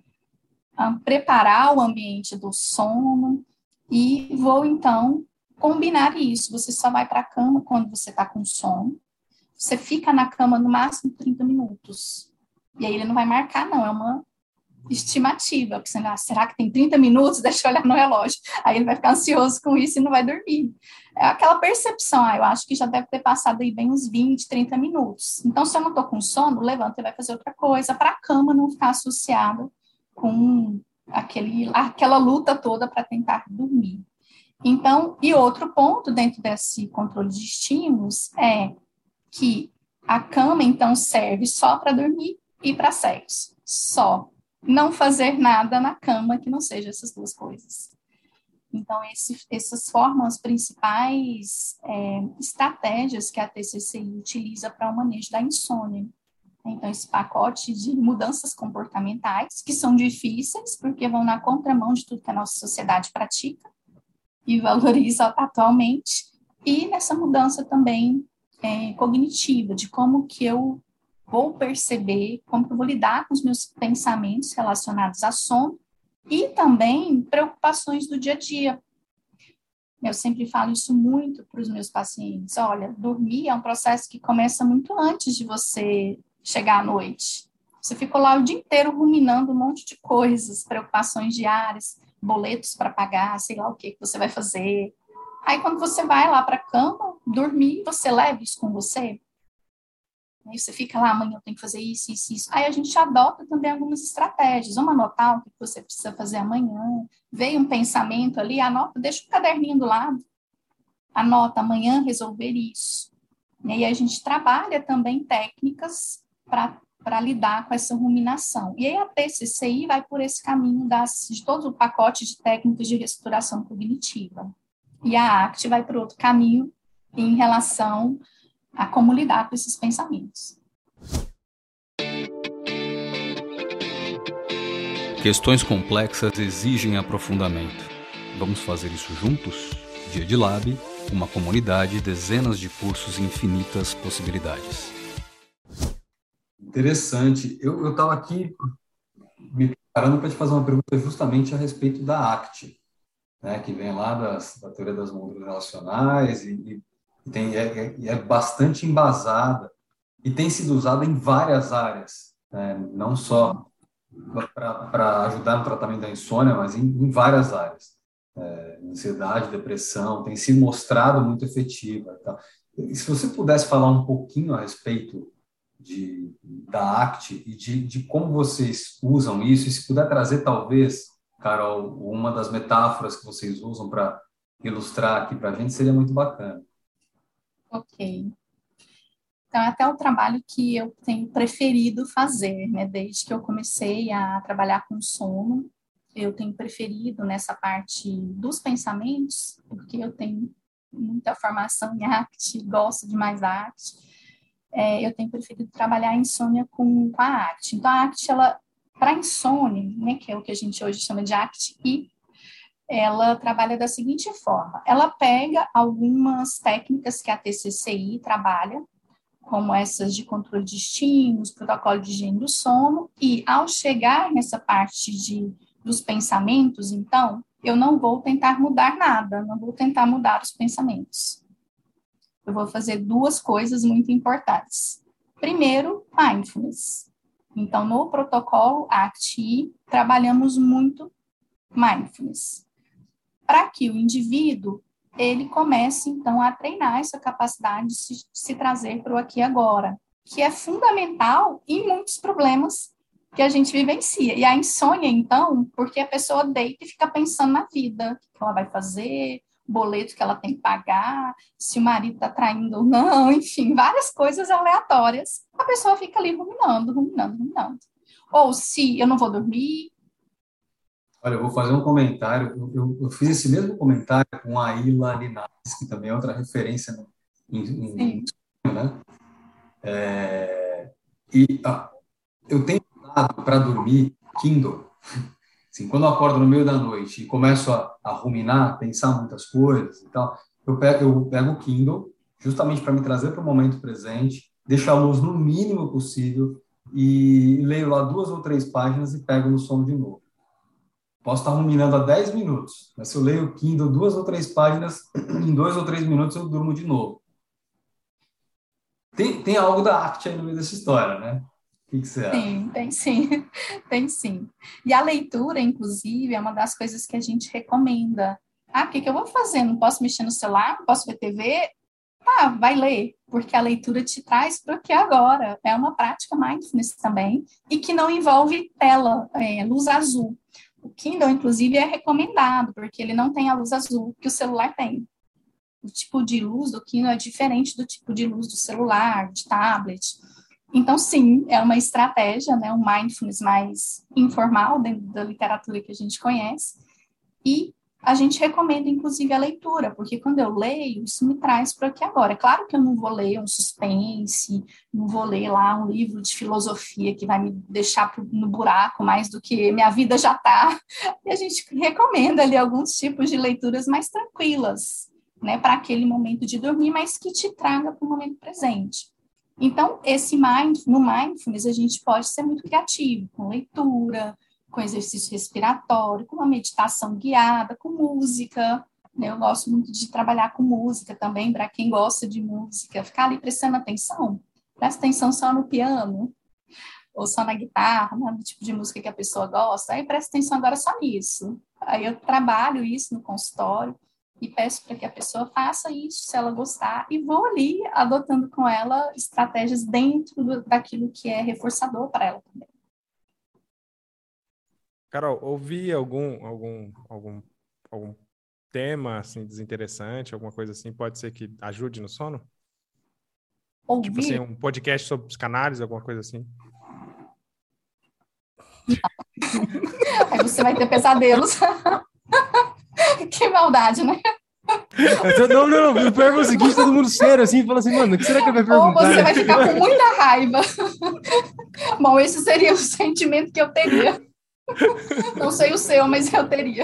preparar o ambiente do sono e vou, então, combinar isso. Você só vai para a cama quando você está com sono. Você fica na cama no máximo 30 minutos. E aí ele não vai marcar, não. É uma estimativa. Porque você, será que tem 30 minutos? Deixa eu olhar no relógio. Aí ele vai ficar ansioso com isso e não vai dormir. É aquela percepção. Eu acho que já deve ter passado aí bem uns 20, 30 minutos. Então, se eu não estou com sono, levanta e vai fazer outra coisa. Para a cama não ficar associada com aquela luta toda para tentar dormir. Então, e outro ponto dentro desse controle de estímulos é que a cama, então, serve só para dormir e para sexo. Só. Não fazer nada na cama que não seja essas duas coisas. Então, essas formam as principais estratégias que a TCCI utiliza para o manejo da insônia. Então, esse pacote de mudanças comportamentais, que são difíceis, porque vão na contramão de tudo que a nossa sociedade pratica e valoriza atualmente, e nessa mudança também cognitiva, de como que eu vou perceber, como que eu vou lidar com os meus pensamentos relacionados a sono e também preocupações do dia a dia. Eu sempre falo isso muito para os meus pacientes. Olha, dormir é um processo que começa muito antes de você chegar à noite. Você ficou lá o dia inteiro ruminando um monte de coisas, preocupações diárias, boletos para pagar, sei lá o que você vai fazer. Aí, quando você vai lá para a cama, dormir, você leva isso com você. Aí você fica lá, amanhã eu tenho que fazer isso, isso, isso. Aí a gente adota também algumas estratégias. Vamos anotar o que você precisa fazer amanhã. Veio um pensamento ali, anota, deixa o caderninho do lado. Anota, amanhã resolver isso. E aí a gente trabalha também técnicas para lidar com essa ruminação. E aí a TCCI vai por esse caminho de todo o pacote de técnicas de restauração cognitiva. E a ACT vai por outro caminho em relação a como lidar com esses pensamentos. Questões complexas exigem aprofundamento. Vamos fazer isso juntos? Dia de Lab, uma comunidade, dezenas de cursos e infinitas possibilidades. Interessante. Eu estava aqui me preparando para te fazer uma pergunta justamente a respeito da ACT. Né, que vem lá da teoria das molduras relacionais e é bastante embasada e tem sido usada em várias áreas, né, não só para ajudar no tratamento da insônia, mas em várias áreas. Ansiedade, depressão, tem se mostrado muito efetiva. Tá? E se você pudesse falar um pouquinho a respeito da ACT e de como vocês usam isso, e se puder trazer talvez, Carol, uma das metáforas que vocês usam para ilustrar aqui para a gente, seria muito bacana. Ok. Então, é até o trabalho que eu tenho preferido fazer, né? Desde que eu comecei a trabalhar com sono, eu tenho preferido nessa parte dos pensamentos, porque eu tenho muita formação em ACT, gosto demais da ACT, eu tenho preferido trabalhar a insônia com a ACT. Então, a ACT, ela, para insônia, né, que é o que a gente hoje chama de ACT-I, ela trabalha da seguinte forma: ela pega algumas técnicas que a TCCI trabalha, como essas de controle de estímulos, protocolo de higiene do sono, e ao chegar nessa parte dos pensamentos, então, eu não vou tentar mudar nada, não vou tentar mudar os pensamentos. Eu vou fazer duas coisas muito importantes. Primeiro, mindfulness. Então, no protocolo ACT-I, trabalhamos muito mindfulness, para que o indivíduo ele comece, então, a treinar essa capacidade de se trazer para o aqui e agora, que é fundamental em muitos problemas que a gente vivencia. E a insônia, então, porque a pessoa deita e fica pensando na vida, o que ela vai fazer, o boleto que ela tem que pagar, se o marido está traindo ou não, enfim, várias coisas aleatórias. A pessoa fica ali ruminando. Ou se eu não vou dormir. Olha, eu vou fazer um comentário. Eu fiz esse mesmo comentário com a Ila Linares, que também é outra referência em né? Eu tenho usado para dormir Kindle. Assim, quando eu acordo no meio da noite e começo a ruminar, pensar muitas coisas e tal, eu pego o Kindle justamente para me trazer para o momento presente, deixo a luz no mínimo possível e leio lá 2 ou 3 páginas e pego no sono de novo. Posso estar ruminando há 10 minutos, mas se eu leio o Kindle 2 ou 3 páginas, em 2 ou 3 minutos eu durmo de novo. Tem algo da arte aí no meio dessa história, né? O que você acha? Sim, tem sim. E a leitura, inclusive, é uma das coisas que a gente recomenda. O que eu vou fazer? Não posso mexer no celular? Não posso ver TV? Tá, vai ler, porque a leitura te traz para o que é agora. É uma prática mindfulness também, e que não envolve tela, luz azul. O Kindle, inclusive, é recomendado, porque ele não tem a luz azul que o celular tem. O tipo de luz do Kindle é diferente do tipo de luz do celular, de tablet. Então, sim, é uma estratégia, né, um mindfulness mais informal dentro da literatura que a gente conhece. E a gente recomenda, inclusive, a leitura, porque quando eu leio, isso me traz para aqui agora. É claro que eu não vou ler um suspense, não vou ler lá um livro de filosofia que vai me deixar no buraco mais do que minha vida já está. E a gente recomenda ali alguns tipos de leituras mais tranquilas, né, para aquele momento de dormir, mas que te traga para o momento presente. Então, no mindfulness, a gente pode ser muito criativo, com leitura, com exercício respiratório, com uma meditação guiada, com música, né? Eu gosto muito de trabalhar com música também, para quem gosta de música, ficar ali prestando atenção, presta atenção só no piano, ou só na guitarra, no tipo de música que a pessoa gosta, aí presta atenção agora só nisso. Aí eu trabalho isso no consultório, e peço para que a pessoa faça isso, se ela gostar, e vou ali adotando com ela estratégias dentro daquilo que é reforçador para ela também. Carol, ouvi algum tema assim desinteressante, alguma coisa assim, pode ser que ajude no sono? Ouvir? Tipo assim, um podcast sobre psicanálise, alguma coisa assim? Aí você vai ter pesadelos. Que maldade, né? Não, eu pergunto o seguinte, todo mundo sério, assim, fala assim, mano, o que será que ele vai perguntar? Ou você vai ficar com muita raiva. Bom, esse seria o sentimento que eu teria. Não sei o seu, mas eu teria.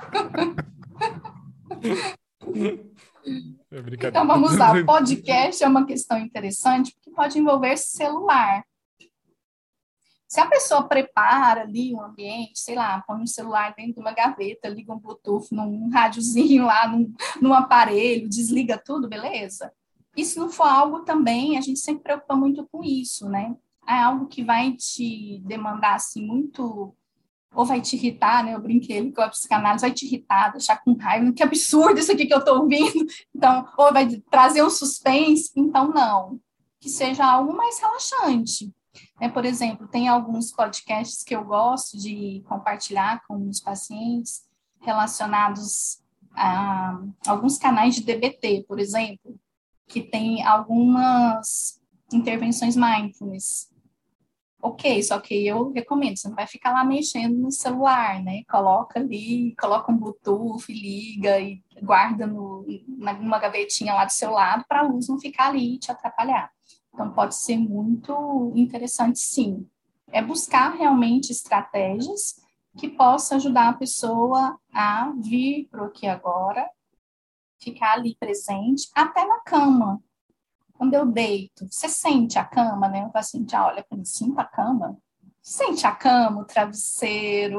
Então, vamos lá. Podcast é uma questão interessante, porque pode envolver celular. Se a pessoa prepara ali um ambiente, sei lá, põe um celular dentro de uma gaveta, liga um Bluetooth num rádiozinho lá, num aparelho, desliga tudo, beleza? E se não for algo também, a gente sempre preocupa muito com isso, né? É algo que vai te demandar, assim, muito... Ou vai te irritar, né? Eu brinquei com a psicanálise, vai te irritar, deixar com raiva, que absurdo isso aqui que eu tô ouvindo. Então, ou vai trazer um suspense. Então, não. Que seja algo mais relaxante. Por exemplo, tem alguns podcasts que eu gosto de compartilhar com os pacientes relacionados a alguns canais de DBT, por exemplo, que tem algumas intervenções mindfulness. Ok, só que eu recomendo, você não vai ficar lá mexendo no celular, né? Coloca ali, coloca um Bluetooth, liga e guarda numa gavetinha lá do seu lado para a luz não ficar ali e te atrapalhar. Então, pode ser muito interessante, sim. É buscar realmente estratégias que possa ajudar a pessoa a vir para o aqui e agora, ficar ali presente, até na cama. Quando eu deito, você sente a cama, né? O paciente olha para mim, sinta a cama. Sente a cama, o travesseiro,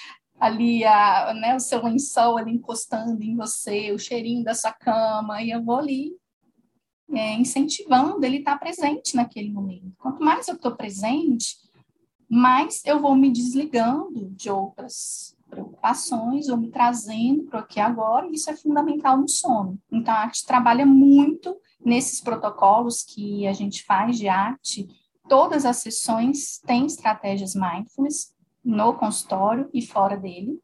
ali né, o seu lençol ali encostando em você, o cheirinho da sua cama, e eu vou ali incentivando ele a estar presente naquele momento. Quanto mais eu estou presente, mais eu vou me desligando de outras preocupações, ou me trazendo para o aqui e agora, e isso é fundamental no sono. Então, a arte trabalha muito nesses protocolos que a gente faz de arte. Todas as sessões têm estratégias mindfulness no consultório e fora dele.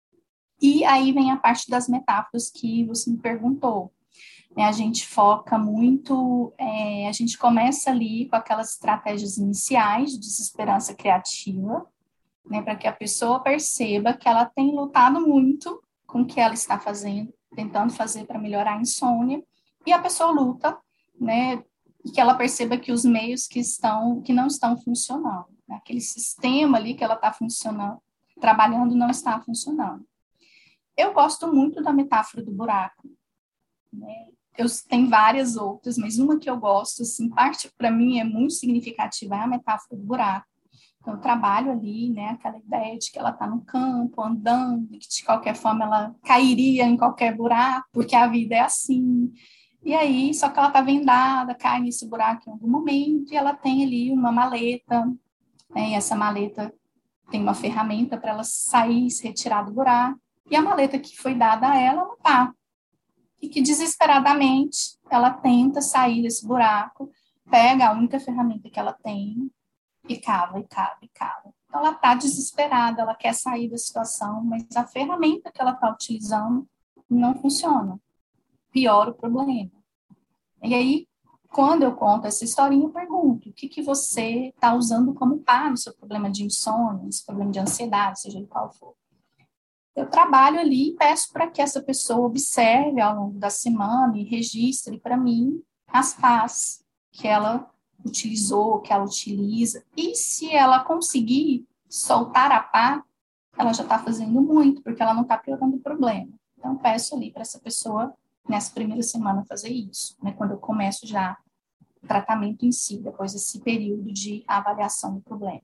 E aí vem a parte das metáforas que você me perguntou. A gente foca muito, a gente começa ali com aquelas estratégias iniciais de desesperança criativa, né, para que a pessoa perceba que ela tem lutado muito com o que ela está fazendo, tentando fazer para melhorar a insônia, e a pessoa luta, né, e que ela perceba que os meios que não estão funcionando, né, aquele sistema ali que ela está funcionando, trabalhando, não está funcionando. Eu gosto muito da metáfora do buraco, né? Tem várias outras, mas uma que eu gosto, assim, parte para mim é muito significativa, é a metáfora do buraco. Então, eu trabalho ali, né, aquela ideia de que ela está no campo, andando, que de qualquer forma ela cairia em qualquer buraco, porque a vida é assim. E aí, só que ela está vendada, cai nesse buraco em algum momento, e ela tem ali uma maleta, né, e essa maleta tem uma ferramenta para ela sair, se retirar do buraco, e a maleta que foi dada a ela não está. E que desesperadamente ela tenta sair desse buraco, pega a única ferramenta que ela tem e cava, e cava, e cava. Então ela está desesperada, ela quer sair da situação, mas a ferramenta que ela está utilizando não funciona, piora o problema. E aí, quando eu conto essa historinha, eu pergunto, o que você está usando como par no seu problema de insônia, no seu problema de ansiedade, seja ele qual for. Eu trabalho ali e peço para que essa pessoa observe ao longo da semana e registre para mim as pás que ela utilizou, que ela utiliza. E se ela conseguir soltar a pá, ela já está fazendo muito, porque ela não está piorando o problema. Então, peço ali para essa pessoa, nessa primeira semana, fazer isso, né, quando eu começo já o tratamento em si, depois desse período de avaliação do problema.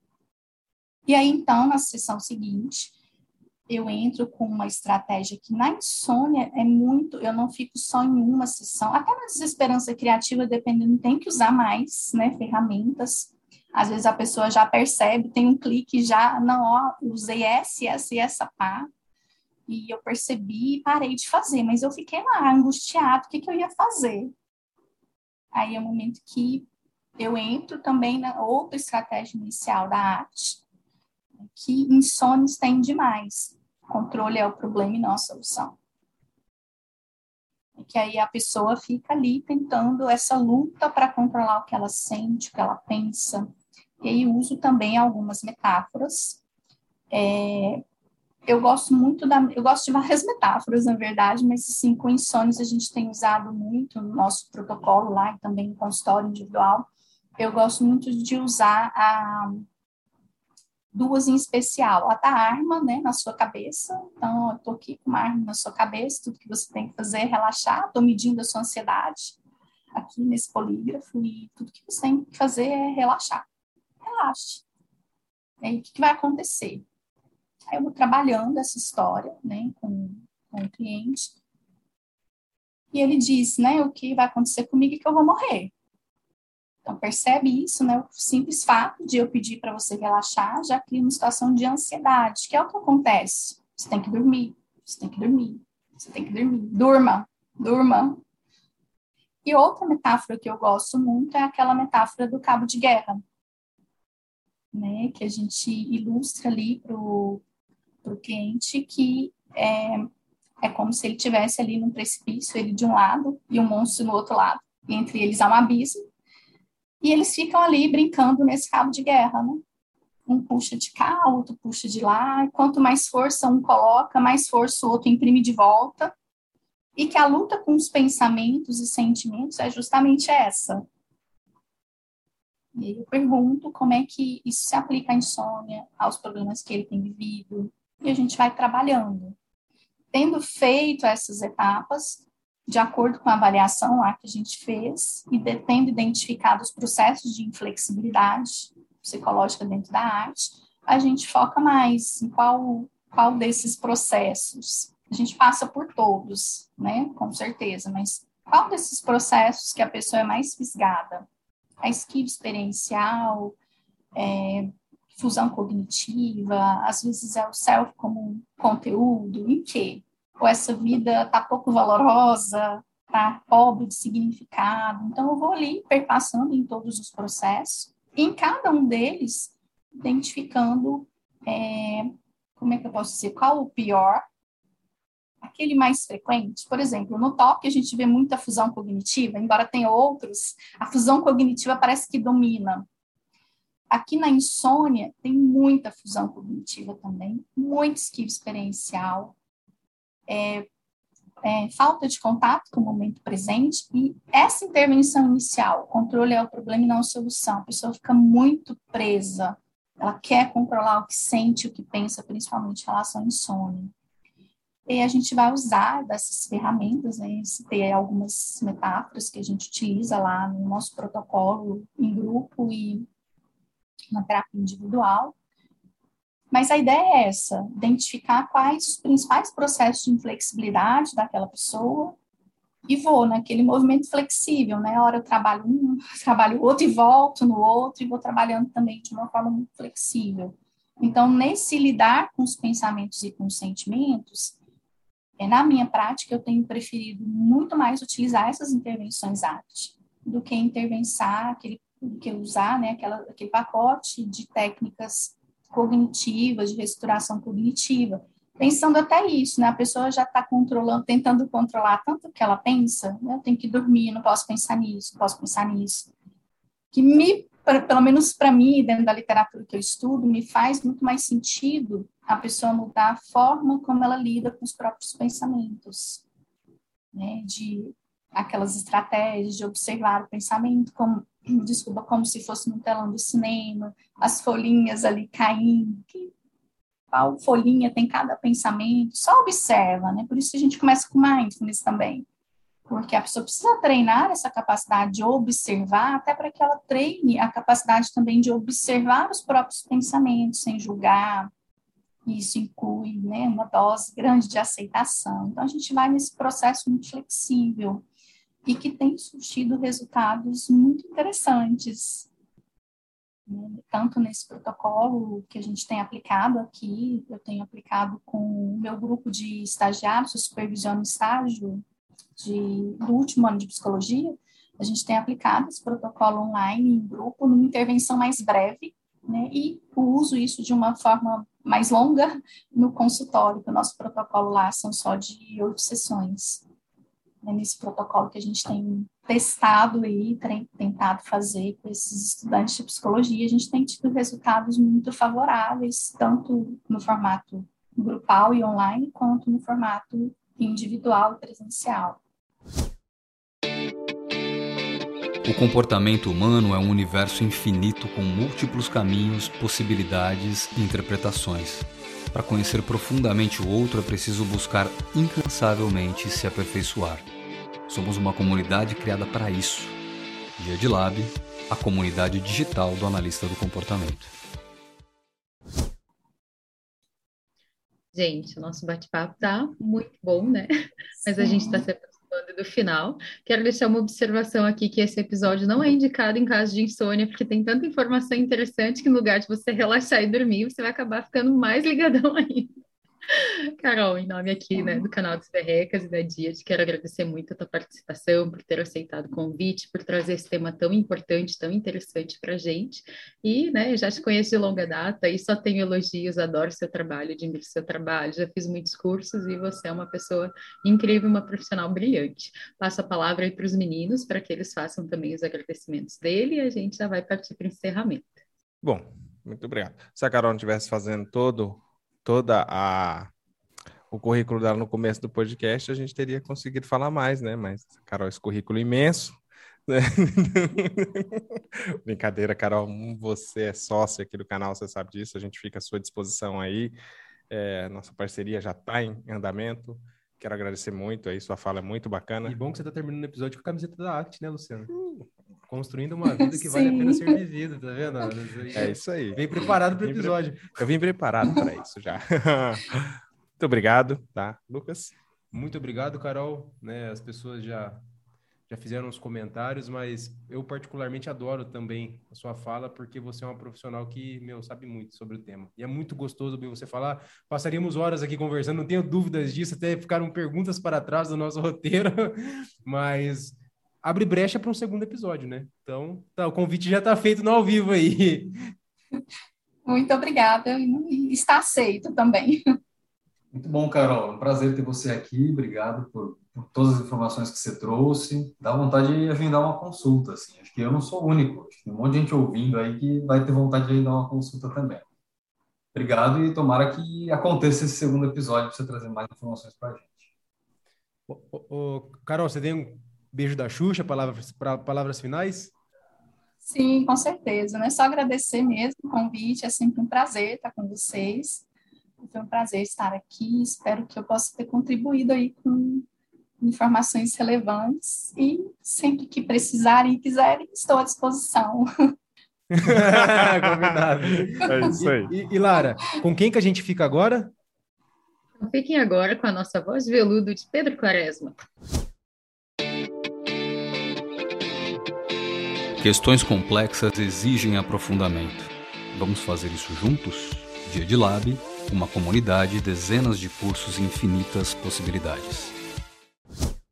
E aí, então, na sessão seguinte, eu entro com uma estratégia que na insônia é muito, eu não fico só em uma sessão, até na desesperança criativa, dependendo, tem que usar mais, né, ferramentas. Às vezes a pessoa já percebe, tem um clique já, não, ó, usei essa e essa pá, e eu percebi e parei de fazer, mas eu fiquei lá, angustiado, o que eu ia fazer? Aí é o momento que eu entro também na outra estratégia inicial da arte, que insônios têm demais. Controle é o problema e não a solução. E que aí a pessoa fica ali tentando essa luta para controlar o que ela sente, o que ela pensa. E aí uso também algumas metáforas. Eu gosto de várias metáforas, na verdade, mas assim, com insônios a gente tem usado muito no nosso protocolo lá e também no consultório individual. Eu gosto muito de usar duas em especial, a da arma, né, na sua cabeça. Então, eu estou aqui com uma arma na sua cabeça, tudo que você tem que fazer é relaxar, estou medindo a sua ansiedade aqui nesse polígrafo, e tudo que você tem que fazer é relaxar. Relaxe. E aí, o que vai acontecer? Aí eu vou trabalhando essa história, né, com o cliente, e ele diz, né, o que vai acontecer comigo é que eu vou morrer. Então, percebe isso, né? O simples fato de eu pedir para você relaxar já cria uma situação de ansiedade, que é o que acontece. Você tem que dormir, você tem que dormir, você tem que dormir. Durma, durma. E outra metáfora que eu gosto muito é aquela metáfora do cabo de guerra, né? Que a gente ilustra ali para o cliente que é como se ele estivesse ali num precipício, ele de um lado e um monstro no outro lado. E entre eles há um abismo. E eles ficam ali brincando nesse cabo de guerra, né? Um puxa de cá, o outro puxa de lá. E quanto mais força um coloca, mais força o outro imprime de volta. E que a luta com os pensamentos e sentimentos é justamente essa. E aí eu pergunto como é que isso se aplica à insônia, aos problemas que ele tem vivido, e a gente vai trabalhando. Tendo feito essas etapas, de acordo com a avaliação lá que a gente fez, e tendo identificado os processos de inflexibilidade psicológica dentro da arte, a gente foca mais em qual desses processos. A gente passa por todos, né, com certeza, mas qual desses processos que a pessoa é mais fisgada? A esquiva experiencial, fusão cognitiva, às vezes é o self como conteúdo, em quê? Ou essa vida está pouco valorosa, está pobre de significado. Então, eu vou ali perpassando em todos os processos, e em cada um deles, identificando, como é que eu posso dizer, qual o pior, aquele mais frequente. Por exemplo, no TOC a gente vê muita fusão cognitiva, embora tenha outros, a fusão cognitiva parece que domina. Aqui na insônia tem muita fusão cognitiva também, muito esquiva experiencial, falta de contato com o momento presente, e essa intervenção inicial, o controle é o problema e não a solução, a pessoa fica muito presa, ela quer controlar o que sente, o que pensa, principalmente em relação à insônia. E a gente vai usar dessas ferramentas, né? Citei algumas metáforas que a gente utiliza lá no nosso protocolo em grupo e na terapia individual. Mas a ideia é essa, identificar quais os principais processos de inflexibilidade daquela pessoa e vou naquele movimento flexível, né? A hora eu trabalho um, trabalho o outro e volto no outro e vou trabalhando também de uma forma muito flexível. Então, nesse lidar com os pensamentos e com os sentimentos, na minha prática, eu tenho preferido muito mais utilizar essas intervenções arte do que usar, né, aquele pacote de técnicas cognitivas, de restauração cognitiva. Pensando até isso, né, a pessoa já está tentando controlar tanto o que ela pensa, né, eu tenho que dormir, não posso pensar nisso, não posso pensar nisso. Pelo menos para mim, dentro da literatura que eu estudo, me faz muito mais sentido a pessoa mudar a forma como ela lida com os próprios pensamentos, né? De aquelas estratégias de observar o pensamento como se fosse no telão do cinema, as folhinhas ali caindo, qual folhinha tem cada pensamento, só observa, né? Por isso que a gente começa com mindfulness também, porque a pessoa precisa treinar essa capacidade de observar, até para que ela treine a capacidade também de observar os próprios pensamentos, sem julgar. Isso inclui, né, uma dose grande de aceitação. Então, a gente vai nesse processo muito flexível e que tem surtido resultados muito interessantes, né? Tanto nesse protocolo que a gente tem aplicado aqui, eu tenho aplicado com o meu grupo de estagiários, eu supervisiono estágio do último ano de psicologia, a gente tem aplicado esse protocolo online em grupo, numa intervenção mais breve, né, e uso isso de uma forma mais longa no consultório, que o nosso protocolo lá são só de 8 sessões. É nesse protocolo que a gente tem testado e tentado fazer com esses estudantes de psicologia, a gente tem tido resultados muito favoráveis, tanto no formato grupal e online, quanto no formato individual e presencial. O comportamento humano é um universo infinito com múltiplos caminhos, possibilidades e interpretações. Para conhecer profundamente o outro é preciso buscar incansavelmente se aperfeiçoar. Somos uma comunidade criada para isso. Dia de Lab, a comunidade digital do analista do comportamento. Gente, o nosso bate-papo tá muito bom, né? Mas a gente está se aproximando do final. Quero deixar uma observação aqui que esse episódio não é indicado em caso de insônia, porque tem tanta informação interessante que no lugar de você relaxar e dormir, você vai acabar ficando mais ligadão ainda. Carol, em nome aqui, né, do canal dos Berrecas e da Dias, quero agradecer muito a tua participação, por ter aceitado o convite, por trazer esse tema tão importante, tão interessante para a gente. E, né, já te conheço de longa data e só tenho elogios, adoro seu trabalho, admiro seu trabalho, já fiz muitos cursos e você é uma pessoa incrível, uma profissional brilhante. Passo a palavra aí para os meninos, para que eles façam também os agradecimentos dele e a gente já vai partir para o encerramento. Bom, muito obrigado. Se a Carol não estivesse fazendo toda o currículo dela no começo do podcast, a gente teria conseguido falar mais, né? Mas, Carol, esse currículo imenso, Brincadeira, Carol. Você é sócio aqui do canal, você sabe disso. A gente fica à sua disposição aí. Nossa parceria já está em andamento. Quero agradecer muito aí, sua fala é muito bacana. E bom que você está terminando o episódio com a camiseta da ACT, né, Luciano? Construindo uma vida que vale a pena ser vivida, tá vendo? É isso aí. Vem preparado para o episódio. Eu vim preparado para isso já. Muito obrigado, tá, Lucas? Muito obrigado, Carol. As pessoas já fizeram os comentários, mas eu particularmente adoro também a sua fala, porque você é uma profissional que, sabe muito sobre o tema. E é muito gostoso ouvir você falar. Passaríamos horas aqui conversando, não tenho dúvidas disso, até ficaram perguntas para trás do nosso roteiro, mas abre brecha para um segundo episódio, né? Então, o convite já está feito no ao vivo aí. Muito obrigada, e está aceito também. Muito bom, Carol. É um prazer ter você aqui. Obrigado por todas as informações que você trouxe. Dá vontade de agendar uma consulta, assim. Acho que eu não sou o único. Acho que tem um monte de gente ouvindo aí que vai ter vontade de agendar uma consulta também. Obrigado e tomara que aconteça esse segundo episódio para você trazer mais informações para a gente. Carol, você tem um beijo da Xuxa, palavras finais? Sim, com certeza. Só agradecer mesmo o convite. É sempre um prazer estar com vocês. Foi um prazer estar aqui, espero que eu possa ter contribuído aí com informações relevantes e sempre que precisarem e quiserem, estou à disposição. Combinado. É isso aí. E Lara, com quem que a gente fica agora? Então, fiquem agora com a nossa voz de veludo de Pedro Quaresma. Questões complexas exigem aprofundamento. Vamos fazer isso juntos? Dia de Lab, uma comunidade, dezenas de cursos e infinitas possibilidades.